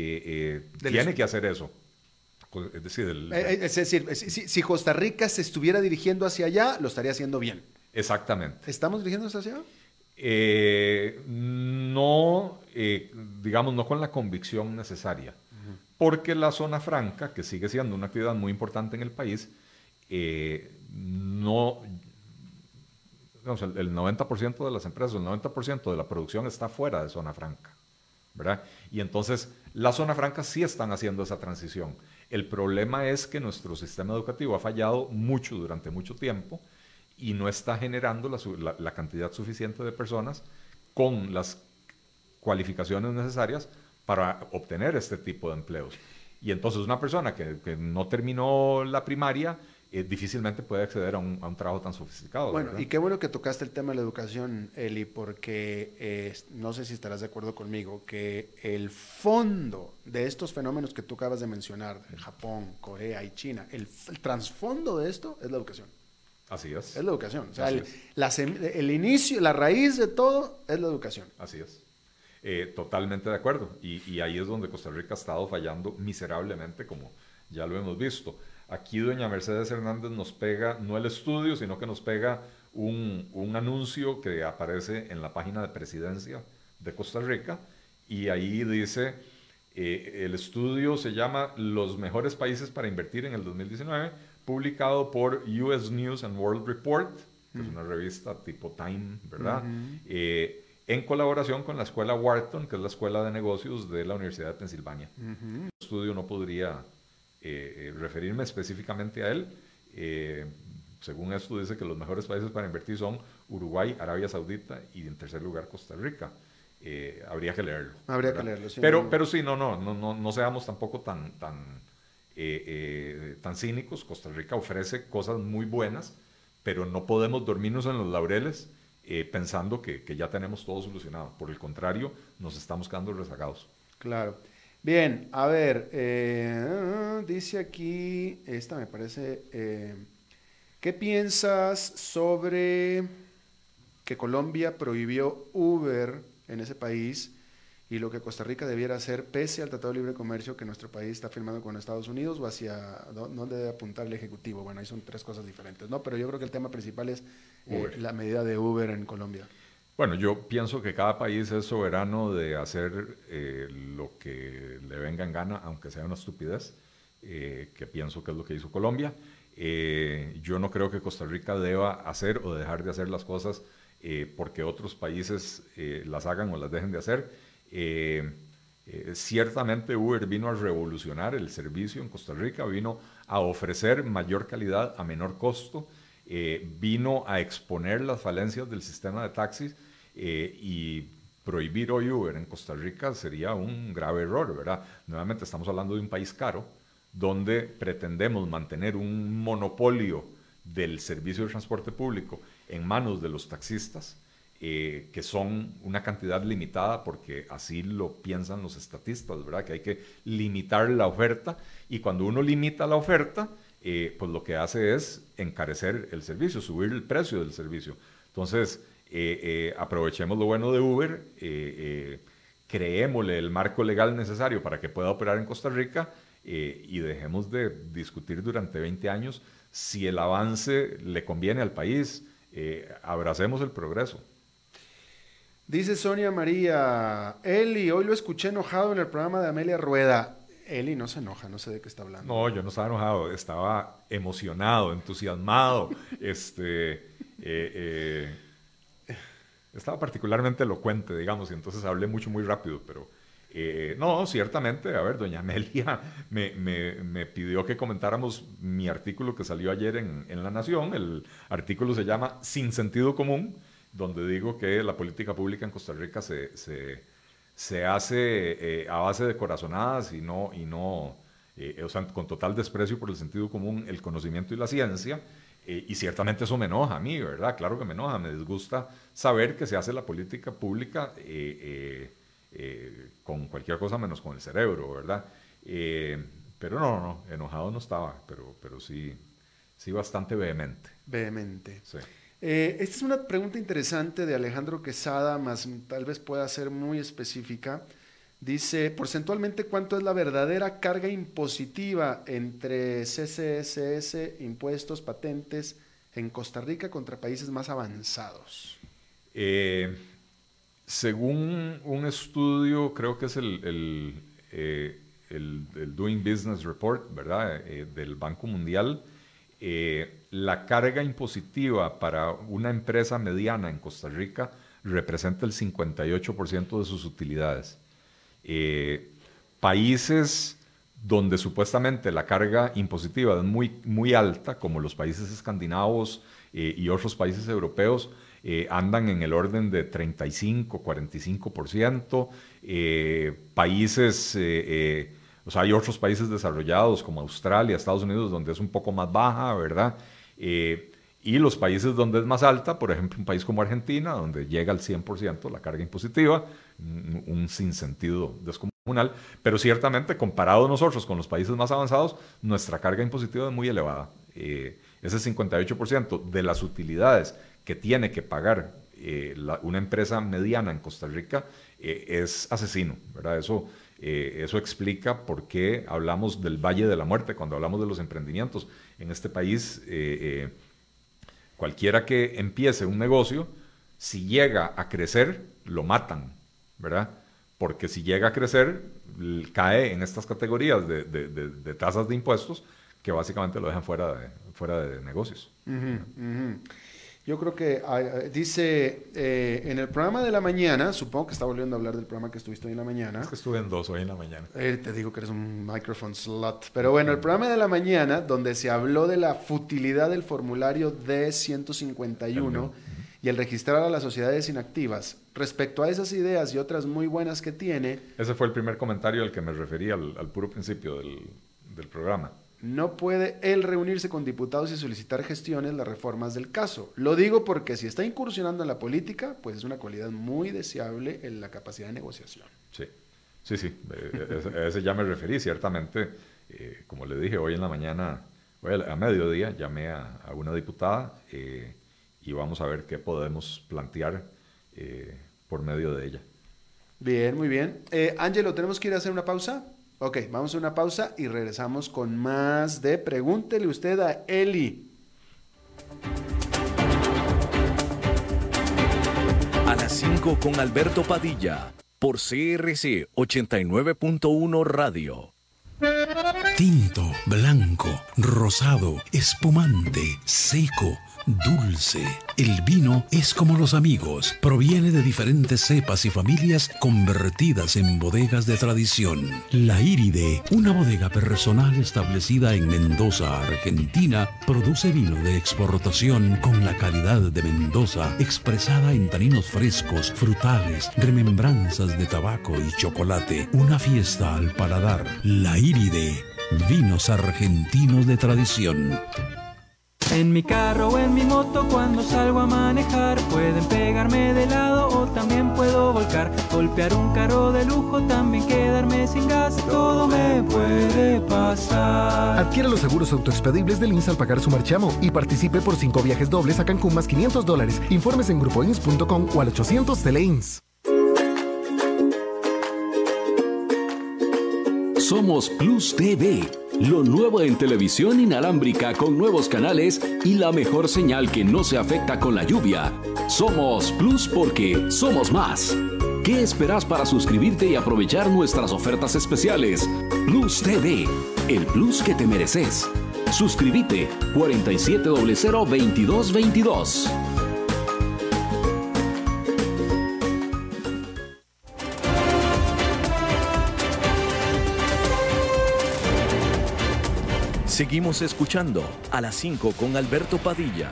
eh, eh, tiene que hacer eso. Es decir, el, eh, es decir si, si Costa Rica se estuviera dirigiendo hacia allá, lo estaría haciendo bien. Exactamente. ¿Estamos dirigiéndonos hacia allá? Eh, no, eh, digamos, no con la convicción necesaria, uh-huh. porque la zona franca, que sigue siendo una actividad muy importante en el país, eh, no, digamos, el, el noventa por ciento de las empresas, el noventa por ciento de la producción está fuera de zona franca, ¿verdad? Y entonces la zona franca sí están haciendo esa transición. El problema es que nuestro sistema educativo ha fallado mucho durante mucho tiempo y no está generando la, la, la cantidad suficiente de personas con las cualificaciones necesarias para obtener este tipo de empleos. Y entonces una persona que, que no terminó la primaria eh, difícilmente puede acceder a un, a un trabajo tan sofisticado. Bueno, ¿verdad? Y qué bueno que tocaste el tema de la educación, Eli, porque eh, no sé si estarás de acuerdo conmigo, que el fondo de estos fenómenos que tú acabas de mencionar, de Japón, Corea y China, el, el trasfondo de esto es la educación. Así es. Es la educación. O sea, el, la, el inicio, la raíz de todo es la educación. Así es. Eh, totalmente de acuerdo. Y, y ahí es donde Costa Rica ha estado fallando miserablemente, como ya lo hemos visto. Aquí doña Mercedes Hernández nos pega, no el estudio, sino que nos pega un, un anuncio que aparece en la página de presidencia de Costa Rica. Y ahí dice, eh, el estudio se llama Los mejores países para invertir en el dos mil diecinueve, publicado por U S News and World Report, que uh-huh. es una revista tipo Time, ¿verdad? Uh-huh. Eh, en colaboración con la escuela Wharton, que es la escuela de negocios de la Universidad de Pensilvania. Uh-huh. El estudio no podría eh, referirme específicamente a él. Eh, según esto dice que los mejores países para invertir son Uruguay, Arabia Saudita y en tercer lugar Costa Rica. Eh, habría que leerlo. Habría ¿verdad? que leerlo, sí. Pero, pero sí, no, no, no, no, no seamos tampoco tan... tan Eh, eh, tan cínicos. Costa Rica ofrece cosas muy buenas, pero no podemos dormirnos en los laureles eh, pensando que, que ya tenemos todo solucionado. Por el contrario, nos estamos quedando rezagados. Claro. Bien, a ver, eh, dice aquí, esta me parece, eh, ¿qué piensas sobre que Colombia prohibió Uber en ese país y lo que Costa Rica debiera hacer pese al Tratado de Libre Comercio que nuestro país está firmando con Estados Unidos o hacia dónde debe apuntar el Ejecutivo. Bueno, ahí son tres cosas diferentes, ¿no? Pero yo creo que el tema principal es eh, la medida de Uber en Colombia. Bueno, yo pienso que cada país es soberano de hacer eh, lo que le venga en gana, aunque sea una estupidez, eh, que pienso que es lo que hizo Colombia. Eh, yo no creo que Costa Rica deba hacer o dejar de hacer las cosas eh, porque otros países eh, las hagan o las dejen de hacer. Eh, eh, ciertamente Uber vino a revolucionar el servicio en Costa Rica, vino a ofrecer mayor calidad a menor costo, eh, vino a exponer las falencias del sistema de taxis. Eh, y prohibir hoy Uber en Costa Rica sería un grave error, ¿verdad? Nuevamente estamos hablando de un país caro, donde pretendemos mantener un monopolio del servicio de transporte público en manos de los taxistas, eh, que son una cantidad limitada, porque así lo piensan los estatistas, ¿verdad? Que hay que limitar la oferta, y cuando uno limita la oferta, eh, pues lo que hace es encarecer el servicio, subir el precio del servicio. Entonces, Eh, eh, aprovechemos lo bueno de Uber, eh, eh, creémosle el marco legal necesario para que pueda operar en Costa Rica eh, y dejemos de discutir durante veinte años si el avance le conviene al país. Eh, abracemos el progreso. Dice Sonia María, Eli, hoy lo escuché enojado en el programa de Amelia Rueda. Eli no se enoja, no sé de qué está hablando. No, yo no estaba enojado, estaba emocionado, entusiasmado, este... Eh, eh, Estaba particularmente elocuente, digamos, y entonces hablé mucho, muy rápido, pero eh, no, ciertamente, a ver, doña Amelia me, me, me pidió que comentáramos mi artículo que salió ayer en, en La Nación. El artículo se llama Sin Sentido Común, donde digo que la política pública en Costa Rica se, se, se hace eh, a base de corazonadas y no, y no eh, o sea, con total desprecio por el sentido común, el conocimiento y la ciencia. Eh, y ciertamente eso me enoja a mí, ¿verdad? Claro que me enoja, me disgusta saber que se hace la política pública eh, eh, eh, con cualquier cosa menos con el cerebro, ¿verdad? Eh, pero no, no, enojado no estaba, pero, pero sí, sí bastante vehemente. Vehemente. Sí. Eh, esta es una pregunta interesante de Alejandro Quesada, más tal vez pueda ser muy específica. Dice, porcentualmente, ¿cuánto es la verdadera carga impositiva entre C C S S, impuestos, patentes en Costa Rica contra países más avanzados? Eh, según un estudio, creo que es el, el, eh, el, el Doing Business Report, ¿verdad? Eh, del Banco Mundial, eh, la carga impositiva para una empresa mediana en Costa Rica representa el cincuenta y ocho por ciento de sus utilidades. Eh, países donde supuestamente la carga impositiva es muy, muy alta, como los países escandinavos eh, y otros países europeos, eh, andan en el orden de treinta y cinco, cuarenta y cinco por ciento. Eh, países, eh, eh, o sea, hay otros países desarrollados como Australia, Estados Unidos, donde es un poco más baja, ¿verdad? Eh, y los países donde es más alta, por ejemplo, un país como Argentina, donde llega al cien por ciento la carga impositiva, un, un sinsentido descomunal, pero ciertamente comparado nosotros con los países más avanzados, nuestra carga impositiva es muy elevada. Eh, ese cincuenta y ocho por ciento de las utilidades que tiene que pagar eh, la, una empresa mediana en Costa Rica eh, es asesino, ¿verdad? Eso, eh, eso explica por qué hablamos del Valle de la Muerte cuando hablamos de los emprendimientos. En este país, eh, eh, cualquiera que empiece un negocio, si llega a crecer, lo matan, ¿verdad? Porque si llega a crecer, cae en estas categorías de, de, de, de tasas de impuestos que básicamente lo dejan fuera de, fuera de negocios. Uh-huh, uh-huh. Yo creo que uh, dice, eh, en el programa de la mañana, supongo que está volviendo a hablar del programa que estuviste hoy en la mañana. Es que estuve en dos hoy en la mañana. Eh, te digo que eres un microphone slot. Pero bueno, el programa de la mañana, donde se habló de la futilidad del formulario D ciento cincuenta y uno uh-huh. y el registrar a las sociedades inactivas, respecto a esas ideas y otras muy buenas que tiene... Ese fue el primer comentario al que me refería, al, al puro principio del, del programa. No puede él reunirse con diputados y solicitar gestiones las reformas del caso. Lo digo porque si está incursionando en la política, pues es una cualidad muy deseable en la capacidad de negociación. Sí, sí, sí, a ese ya me referí. Ciertamente, eh, como le dije, hoy en la mañana, hoy a mediodía, llamé a, a una diputada eh, y vamos a ver qué podemos plantear eh, por medio de ella. Bien, muy bien. Eh, Ángelo, ¿tenemos que ir a hacer una pausa? Ok, vamos a una pausa y regresamos con más de Pregúntele usted a Eli. A las cinco con Alberto Padilla, por C R C ochenta y nueve punto uno Radio. Tinto, blanco, rosado, espumante, seco, dulce. El vino es como los amigos. Proviene de diferentes cepas y familias convertidas en bodegas de tradición. La Iride, una bodega personal establecida en Mendoza, Argentina, produce vino de exportación con la calidad de Mendoza, expresada en taninos frescos, frutales, remembranzas de tabaco y chocolate. Una fiesta al paladar. La Iride, vinos argentinos de tradición. En mi carro o en mi moto cuando salgo a manejar pueden pegarme de lado o también puedo volcar, golpear un carro de lujo, también quedarme sin gas, todo me puede pasar. Adquiere los seguros autoexpedibles del I N S S al pagar su marchamo y participe por cinco viajes dobles a Cancún más quinientos dólares. Informes en grupo ins punto com o al ochocientos Tele I N S S. Somos Plus T V, lo nuevo en televisión inalámbrica con nuevos canales y la mejor señal que no se afecta con la lluvia. Somos Plus porque somos más. ¿Qué esperas para suscribirte y aprovechar nuestras ofertas especiales? Plus T V, el plus que te mereces. Suscríbete cuarenta y siete cero cero veintidós veintidós. Seguimos escuchando a las cinco con Alberto Padilla.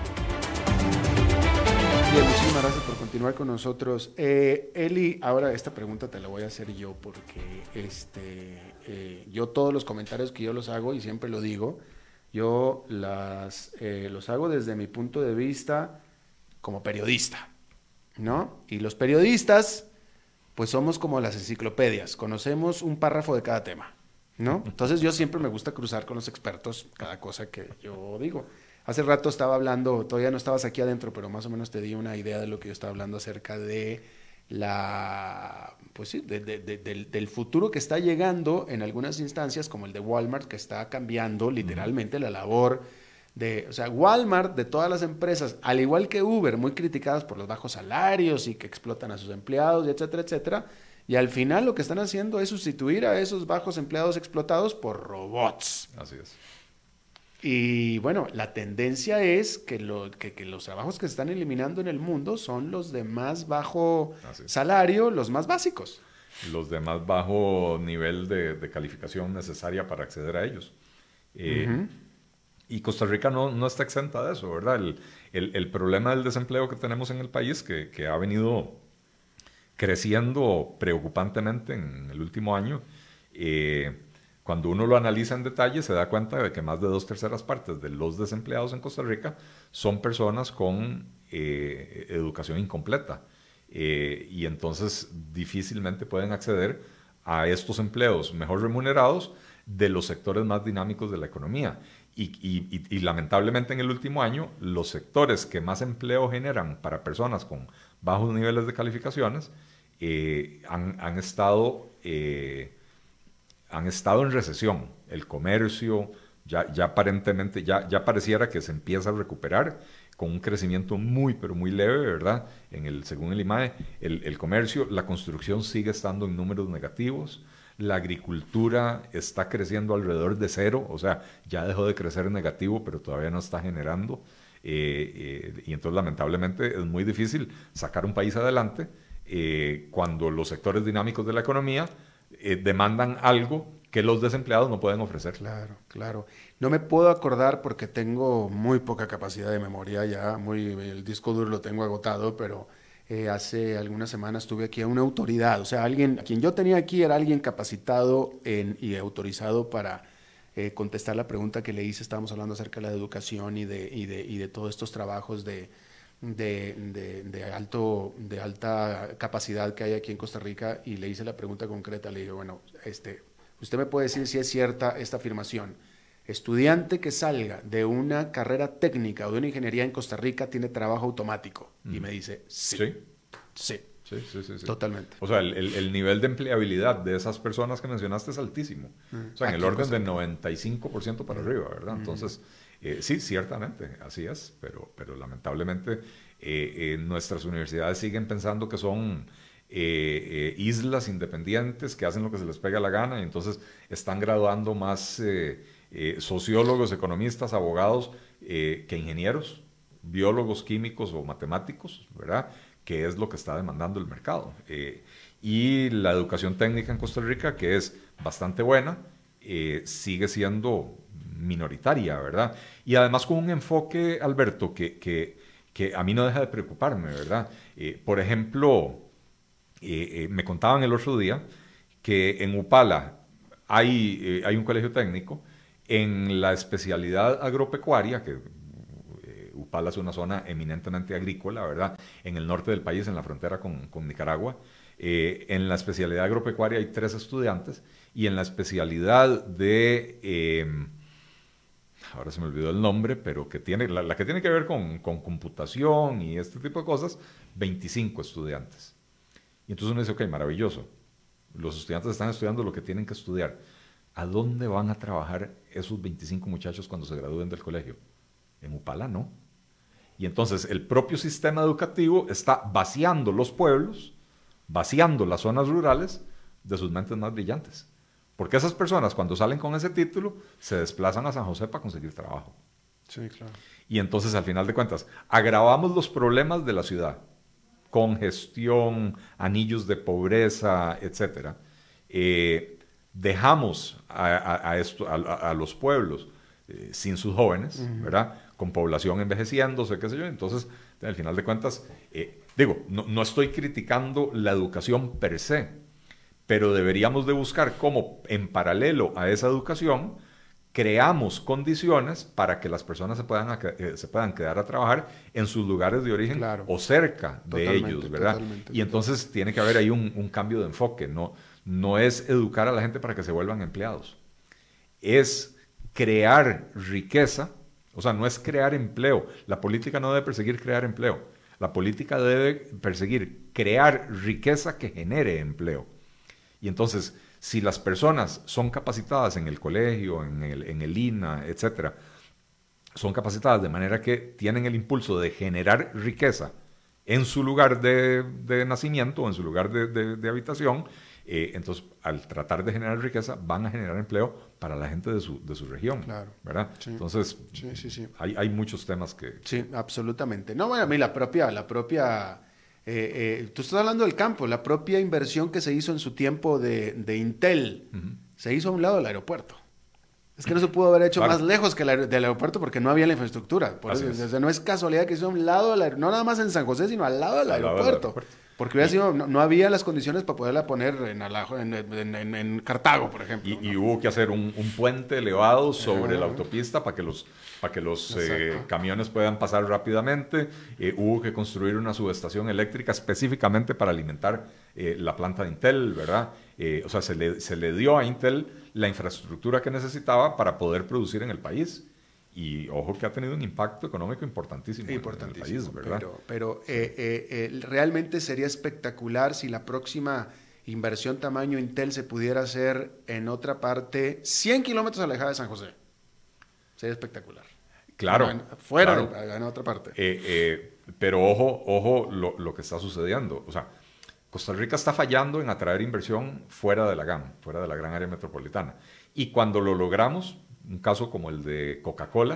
Bien, muchísimas gracias por continuar con nosotros. Eh, Eli, ahora esta pregunta te la voy a hacer yo porque este, eh, yo todos los comentarios que yo los hago, y siempre lo digo, yo las, eh, los hago desde mi punto de vista como periodista, ¿no? Y los periodistas, pues somos como las enciclopedias, conocemos un párrafo de cada tema, ¿no? Entonces yo siempre me gusta cruzar con los expertos cada cosa que yo digo. Hace rato estaba hablando, todavía no estabas aquí adentro, pero más o menos te di una idea de lo que yo estaba hablando acerca de la, pues sí, de, de, de, del, del futuro que está llegando en algunas instancias, como el de Walmart, que está cambiando literalmente la labor de, o sea, Walmart, de todas las empresas, al igual que Uber, muy criticadas por los bajos salarios y que explotan a sus empleados, y etcétera, etcétera. Y al final lo que están haciendo es sustituir a esos bajos empleados explotados por robots. Así es. Y bueno, la tendencia es que, lo, que, que los trabajos que se están eliminando en el mundo son los de más bajo salario, los más básicos. Los de más bajo nivel de, de calificación necesaria para acceder a ellos. Eh, uh-huh. Y Costa Rica no, no está exenta de eso, ¿verdad? El, el, el problema del desempleo que tenemos en el país, que, que ha venido creciendo preocupantemente en el último año, eh, cuando uno lo analiza en detalle se da cuenta de que más de dos terceras partes de los desempleados en Costa Rica son personas con eh, educación incompleta eh, y entonces difícilmente pueden acceder a estos empleos mejor remunerados de los sectores más dinámicos de la economía. Y, y, y, y lamentablemente en el último año los sectores que más empleo generan para personas con bajos niveles de calificaciones eh, han, han estado... Eh, han estado en recesión. El comercio ya, ya aparentemente, ya, ya pareciera que se empieza a recuperar con un crecimiento muy, pero muy leve, ¿verdad? En el, según el I M A E, el, el comercio, la construcción sigue estando en números negativos, la agricultura está creciendo alrededor de cero, o sea, ya dejó de crecer en negativo, pero todavía no está generando, eh, eh, y entonces lamentablemente es muy difícil sacar un país adelante eh, cuando los sectores dinámicos de la economía Eh, demandan algo que los desempleados no pueden ofrecer. Claro, claro. No me puedo acordar porque tengo muy poca capacidad de memoria ya, muy, el disco duro lo tengo agotado, pero eh, hace algunas semanas tuve aquí a una autoridad, o sea, alguien, a quien yo tenía aquí era alguien capacitado en, y autorizado para eh, contestar la pregunta que le hice. Estábamos hablando acerca de la educación y de, y de, y de todos estos trabajos de... De, de, de, alto, de alta capacidad que hay aquí en Costa Rica, y le hice la pregunta concreta. Le dije, bueno, este, usted me puede decir si es cierta esta afirmación: estudiante que salga de una carrera técnica o de una ingeniería en Costa Rica tiene trabajo automático. Mm. Y me dice, sí, sí, sí. Sí, sí, sí, sí. Totalmente. O sea, el, el, el nivel de empleabilidad de esas personas que mencionaste es altísimo. Mm. O sea, en Aquí el orden del noventa y cinco por ciento para mm. arriba, ¿verdad? Mm. Entonces, eh, sí, ciertamente, así es, pero, pero lamentablemente eh, eh, nuestras universidades siguen pensando que son eh, eh, islas independientes que hacen lo que se les pega la gana y entonces están graduando más eh, eh, sociólogos, economistas, abogados eh, que ingenieros, biólogos, químicos o matemáticos, ¿verdad?, que es lo que está demandando el mercado. Eh, y la educación técnica en Costa Rica, que es bastante buena, eh, sigue siendo minoritaria, ¿verdad? Y además con un enfoque, Alberto, que, que, que a mí no deja de preocuparme, ¿verdad? Eh, por ejemplo, eh, eh, me contaban el otro día que en Upala hay, eh, hay un colegio técnico en la especialidad agropecuaria, que Upala es una zona eminentemente agrícola, ¿verdad? En el norte del país, en la frontera con, con Nicaragua. Eh, en la especialidad agropecuaria hay tres estudiantes y en la especialidad de, eh, ahora se me olvidó el nombre, pero que tiene, la, la que tiene que ver con, con computación y este tipo de cosas, veinticinco estudiantes. Y entonces uno dice, ok, maravilloso. Los estudiantes están estudiando lo que tienen que estudiar. ¿A dónde van a trabajar esos veinticinco muchachos cuando se gradúen del colegio? En Upala no. Y entonces el propio sistema educativo está vaciando los pueblos, vaciando las zonas rurales de sus mentes más brillantes. Porque esas personas cuando salen con ese título se desplazan a San José para conseguir trabajo. Sí, claro. Y entonces al final de cuentas agravamos los problemas de la ciudad, congestión, anillos de pobreza, etcétera. Eh, dejamos a, a, a, esto, a, a los pueblos eh, sin sus jóvenes, uh-huh. ¿verdad?, con población envejeciéndose, qué sé yo. Entonces, al final de cuentas, eh, digo, no, no estoy criticando la educación per se, pero deberíamos de buscar cómo, en paralelo a esa educación, creamos condiciones para que las personas se puedan, eh, se puedan quedar a trabajar en sus lugares de origen, claro, o cerca de totalmente, ellos, ¿verdad? Totalmente, y entonces totalmente. Tiene que haber ahí un, un cambio de enfoque. No, no es educar a la gente para que se vuelvan empleados, es crear riqueza. O sea, no es crear empleo. La política no debe perseguir crear empleo. La política debe perseguir crear riqueza que genere empleo. Y entonces, si las personas son capacitadas en el colegio, en el, en el I N A, etcétera, son capacitadas de manera que tienen el impulso de generar riqueza en su lugar de, de nacimiento, en su lugar de, de, de habitación, eh, entonces al tratar de generar riqueza van a generar empleo para la gente de su, de su región, claro, ¿verdad? Sí. Entonces sí, sí, sí. Hay, hay muchos temas que... Sí, absolutamente. No, bueno, a mí la propia... La propia eh, eh, tú estás hablando del campo, la propia inversión que se hizo en su tiempo de, de Intel, uh-huh. se hizo a un lado del aeropuerto. Es que no se pudo haber hecho claro. más lejos que el del aeropuerto porque no había la infraestructura. Por eso, es. No es casualidad que se hizo a un lado, del, no nada más en San José, sino al lado del, al aeropuerto. Lado del aeropuerto. Porque hubiera sido, no, no había las condiciones para poderla poner en, Alajo, en, en, en, en Cartago, por ejemplo. Y, ¿no? y hubo que hacer un, un puente elevado sobre uh-huh. la autopista para que los, para que los eh, camiones puedan pasar rápidamente. Eh, hubo que construir una subestación eléctrica específicamente para alimentar eh, la planta de Intel, ¿verdad? Eh, o sea, se le, se le dio a Intel la infraestructura que necesitaba para poder producir en el país. Y ojo que ha tenido un impacto económico importantísimo, importantísimo en el país, ¿verdad? Pero, pero sí. eh, eh, eh, realmente sería espectacular si la próxima inversión tamaño Intel se pudiera hacer en otra parte, cien kilómetros alejada de San José. Sería espectacular. Claro. En, fuera, claro. En, en otra parte. Eh, eh, pero ojo, ojo lo, lo que está sucediendo. O sea, Costa Rica está fallando en atraer inversión fuera de la G A M, fuera de la gran área metropolitana. Y cuando lo logramos, un caso como el de Coca-Cola,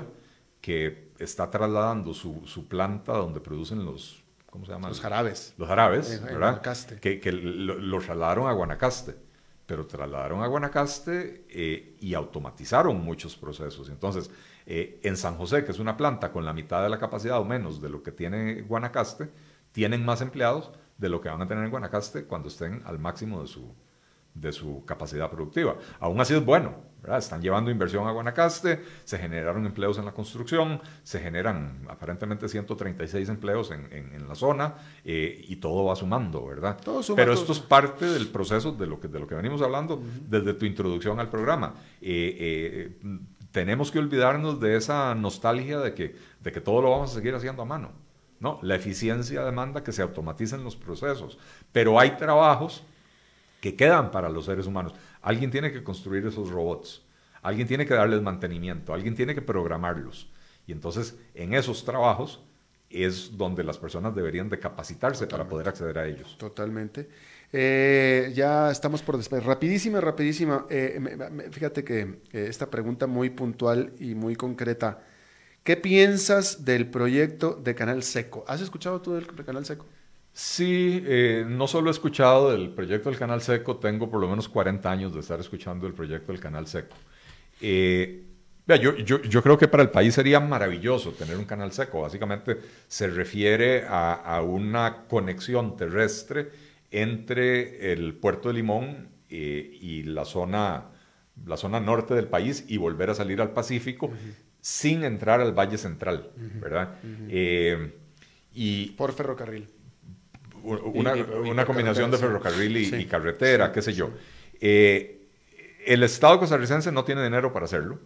que está trasladando su, su planta donde producen los, ¿cómo se llama? Los jarabes. Los jarabes, en, ¿verdad? En Guanacaste. Que, que lo, lo trasladaron a Guanacaste, pero trasladaron a Guanacaste eh, y automatizaron muchos procesos. Entonces, eh, en San José, que es una planta con la mitad de la capacidad o menos de lo que tiene Guanacaste, tienen más empleados de lo que van a tener en Guanacaste cuando estén al máximo de su, de su capacidad productiva. Aún así es bueno, ¿verdad? Están llevando inversión a Guanacaste, se generaron empleos en la construcción, se generan aparentemente ciento treinta y seis empleos en, en, en la zona eh, y todo va sumando, ¿verdad? Todo suma, Pero esto todo. Es parte del proceso de lo que, de lo que venimos hablando uh-huh. desde tu introducción al programa. Eh, eh, tenemos que olvidarnos de esa nostalgia de que, de que todo lo vamos a seguir haciendo a mano. ¿no? La eficiencia demanda que se automaticen los procesos, pero hay trabajos que quedan para los seres humanos. Alguien tiene que construir esos robots, alguien tiene que darles mantenimiento, alguien tiene que programarlos. Y entonces, en esos trabajos es donde las personas deberían de capacitarse Totalmente. Para poder acceder a ellos. Totalmente. Eh, ya estamos por despedir. Rapidísima, rapidísima. Eh, me, me, fíjate que eh, esta pregunta muy puntual y muy concreta. ¿Qué piensas del proyecto de Canal Seco? ¿Has escuchado tú del Canal Seco? Sí, eh, no solo he escuchado del proyecto del Canal Seco, tengo por lo menos cuarenta años de estar escuchando el proyecto del Canal Seco. Eh, vea, yo, yo, yo creo que para el país sería maravilloso tener un canal seco. Básicamente se refiere a, a una conexión terrestre entre el puerto de Limón eh, y la zona, la zona norte del país y volver a salir al Pacífico. Uh-huh. Sin entrar al Valle Central, uh-huh, ¿verdad? Uh-huh. Eh, y por ferrocarril. Una, y, y, una y combinación de ferrocarril y, sí. y carretera, sí, qué sé sí. yo. Eh, el Estado costarricense no tiene dinero para hacerlo.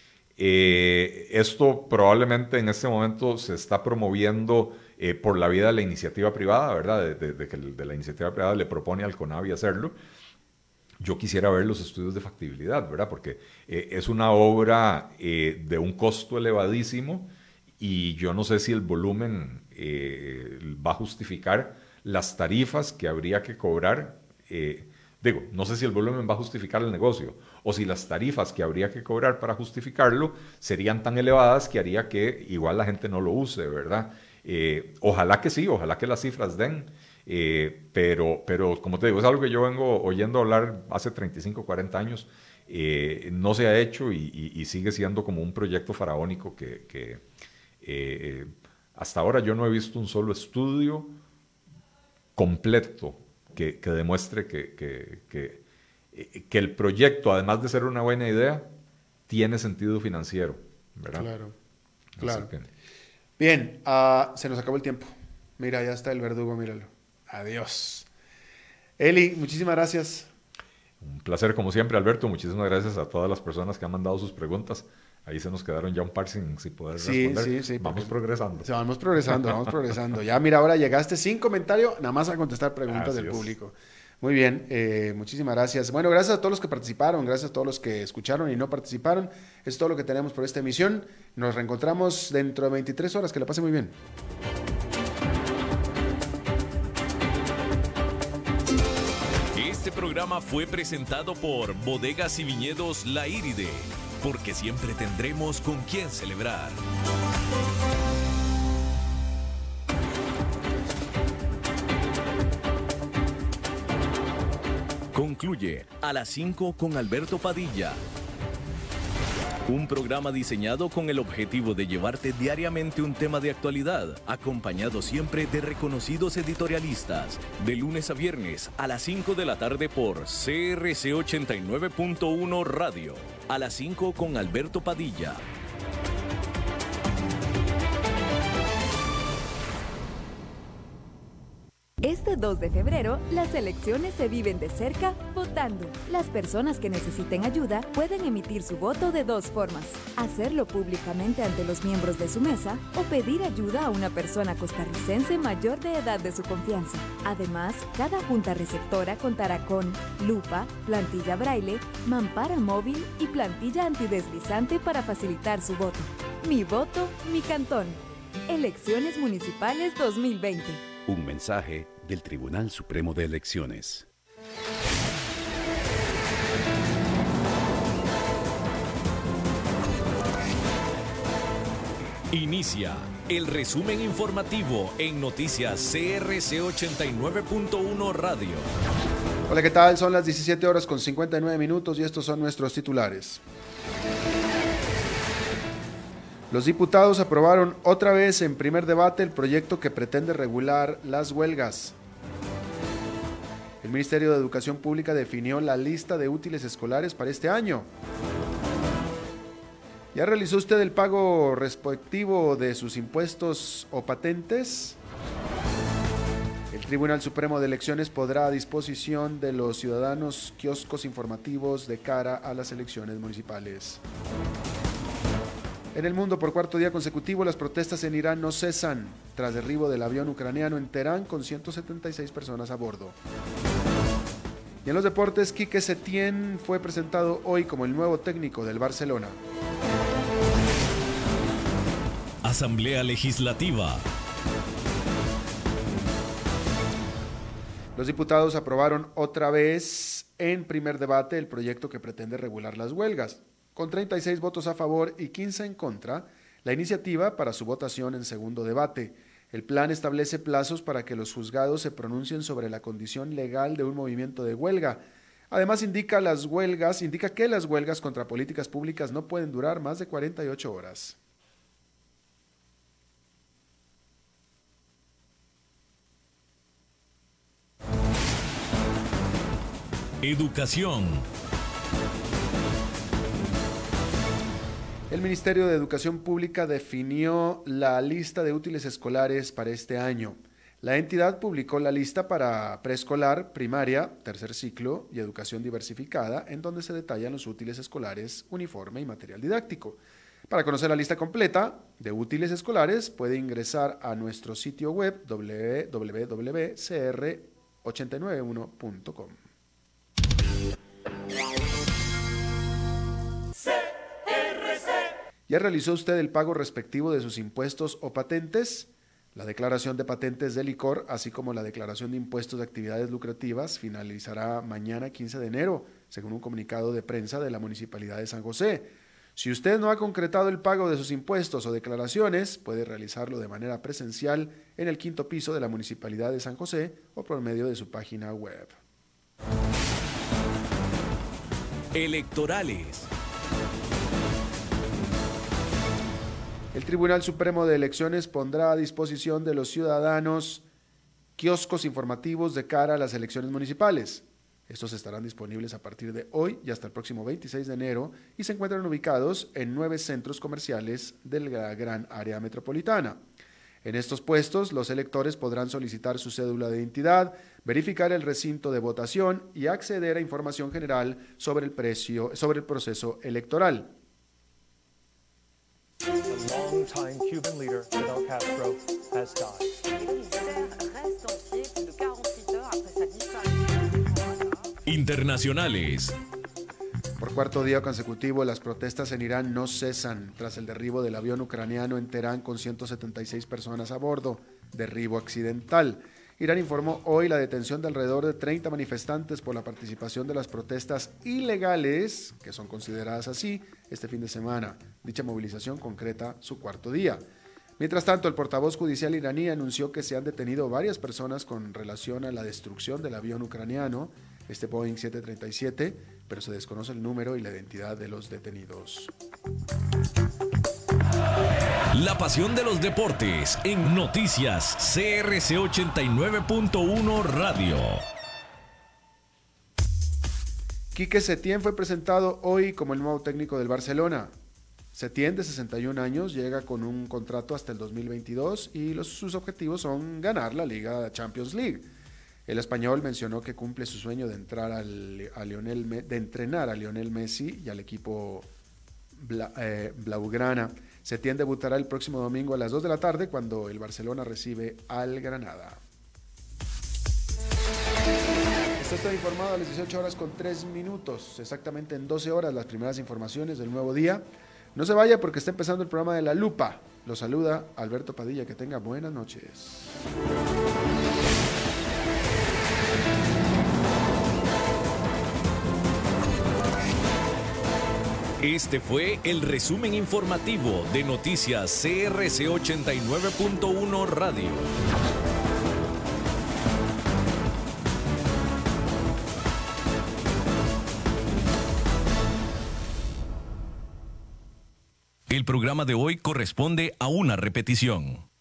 Eh, esto probablemente en este momento se está promoviendo eh, por la vía de la iniciativa privada, ¿verdad? De, de, de que de la iniciativa privada le propone al CONAVI hacerlo. Yo quisiera ver los estudios de factibilidad, ¿verdad? Porque eh, es una obra eh, de un costo elevadísimo y yo no sé si el volumen eh, va a justificar las tarifas que habría que cobrar. Eh, digo, no sé si el volumen va a justificar el negocio o si las tarifas que habría que cobrar para justificarlo serían tan elevadas que haría que igual la gente no lo use, ¿verdad? Eh, ojalá que sí, ojalá que las cifras den. Eh, pero, pero, como te digo, es algo que yo vengo oyendo hablar hace treinta y cinco, cuarenta años. Eh, no se ha hecho y, y, y sigue siendo como un proyecto faraónico que, que eh, hasta ahora yo no he visto un solo estudio completo que, que demuestre que, que, que, que el proyecto, además de ser una buena idea, tiene sentido financiero, ¿verdad? Claro, claro. Que... Bien, uh, se nos acabó el tiempo. Mira, ya está el verdugo, míralo. Adiós. Eli, muchísimas gracias. Un placer como siempre, Alberto. Muchísimas gracias a todas las personas que han mandado sus preguntas. Ahí se nos quedaron ya un par sin, sin poder sí, responder. Sí, sí, vamos progresando. Vamos progresando, vamos progresando. Ya mira, ahora llegaste sin comentario, nada más a contestar preguntas Así del es. público. Muy bien, eh, muchísimas gracias. Bueno, gracias a todos los que participaron, gracias a todos los que escucharon y no participaron. Es todo lo que tenemos por esta emisión. Nos reencontramos dentro de veintitrés horas. Que la pase muy bien. Este programa fue presentado por Bodegas y Viñedos La Iride, porque siempre tendremos con quién celebrar. Concluye A las cinco con Alberto Padilla. Un programa diseñado con el objetivo de llevarte diariamente un tema de actualidad, acompañado siempre de reconocidos editorialistas, de lunes a viernes a las cinco de la tarde por C R C ochenta y nueve punto uno Radio. A las cinco con Alberto Padilla. Este dos de febrero, las elecciones se viven de cerca votando. Las personas que necesiten ayuda pueden emitir su voto de dos formas: hacerlo públicamente ante los miembros de su mesa o pedir ayuda a una persona costarricense mayor de edad de su confianza. Además, cada junta receptora contará con lupa, plantilla braille, mampara móvil y plantilla antideslizante para facilitar su voto. Mi voto, mi cantón. Elecciones Municipales dos mil veinte. Un mensaje del Tribunal Supremo de Elecciones. Inicia el resumen informativo en Noticias C R C ochenta y nueve punto uno Radio. Hola, ¿qué tal? Son las diecisiete horas con cincuenta y nueve minutos y estos son nuestros titulares. Los diputados aprobaron otra vez en primer debate el proyecto que pretende regular las huelgas. El Ministerio de Educación Pública definió la lista de útiles escolares para este año. ¿Ya realizó usted el pago respectivo de sus impuestos o patentes? El Tribunal Supremo de Elecciones podrá a disposición de los ciudadanos kioscos informativos de cara a las elecciones municipales. En el mundo, por cuarto día consecutivo, las protestas en Irán no cesan tras derribo del avión ucraniano en Teherán con ciento setenta y seis personas a bordo. Y en los deportes, Quique Setién fue presentado hoy como el nuevo técnico del Barcelona. Asamblea Legislativa. Los diputados aprobaron otra vez en primer debate el proyecto que pretende regular las huelgas. Con treinta y seis votos a favor y quince en contra, la iniciativa para su votación en segundo debate. El plan establece plazos para que los juzgados se pronuncien sobre la condición legal de un movimiento de huelga. Además, indica, las huelgas, indica que las huelgas contra políticas públicas no pueden durar más de cuarenta y ocho horas. Educación. El Ministerio de Educación Pública definió la lista de útiles escolares para este año. La entidad publicó la lista para preescolar, primaria, tercer ciclo y educación diversificada, en donde se detallan los útiles escolares, uniforme y material didáctico. Para conocer la lista completa de útiles escolares, puede ingresar a nuestro sitio web doble u doble u doble u punto c r ocho nueve uno punto com. ¿Ya realizó usted el pago respectivo de sus impuestos o patentes? La declaración de patentes de licor, así como la declaración de impuestos de actividades lucrativas, finalizará mañana quince de enero, según un comunicado de prensa de la Municipalidad de San José. Si usted no ha concretado el pago de sus impuestos o declaraciones, puede realizarlo de manera presencial en el quinto piso de la Municipalidad de San José o por medio de su página web. Electorales. El Tribunal Supremo de Elecciones pondrá a disposición de los ciudadanos kioscos informativos de cara a las elecciones municipales. Estos estarán disponibles a partir de hoy y hasta el próximo veintiséis de enero y se encuentran ubicados en nueve centros comerciales de la gran área metropolitana. En estos puestos, los electores podrán solicitar su cédula de identidad, verificar el recinto de votación y acceder a información general sobre el, precio, sobre el proceso electoral. Internacionales. Por cuarto día consecutivo, las protestas en Irán no cesan tras el derribo del avión ucraniano en Teherán con ciento setenta y seis personas a bordo, derribo accidental. Irán informó hoy la detención de alrededor de treinta manifestantes por la participación de las protestas ilegales, que son consideradas así, este fin de semana. Dicha movilización concreta su cuarto día. Mientras tanto, el portavoz judicial iraní anunció que se han detenido varias personas con relación a la destrucción del avión ucraniano, este Boeing siete treinta y siete, pero se desconoce el número y la identidad de los detenidos. La pasión de los deportes en Noticias C R C ochenta y nueve punto uno Radio. Quique Setién fue presentado hoy como el nuevo técnico del Barcelona. Setién, de sesenta y un años, llega con un contrato hasta el dos mil veintidós y los, sus objetivos son ganar la Liga Champions League. El español mencionó que cumple su sueño de, entrar al, a Lionel, de entrenar a Lionel Messi y al equipo Bla, eh, Blaugrana. Setién debutará el próximo domingo a las dos de la tarde cuando el Barcelona recibe al Granada. Está todo informado a las dieciocho horas con tres minutos, exactamente en doce horas las primeras informaciones del nuevo día. No se vaya porque está empezando el programa de La Lupa. Lo saluda Alberto Padilla, que tenga buenas noches. Este fue el resumen informativo de Noticias C R C ochenta y nueve punto uno Radio. El programa de hoy corresponde a una repetición.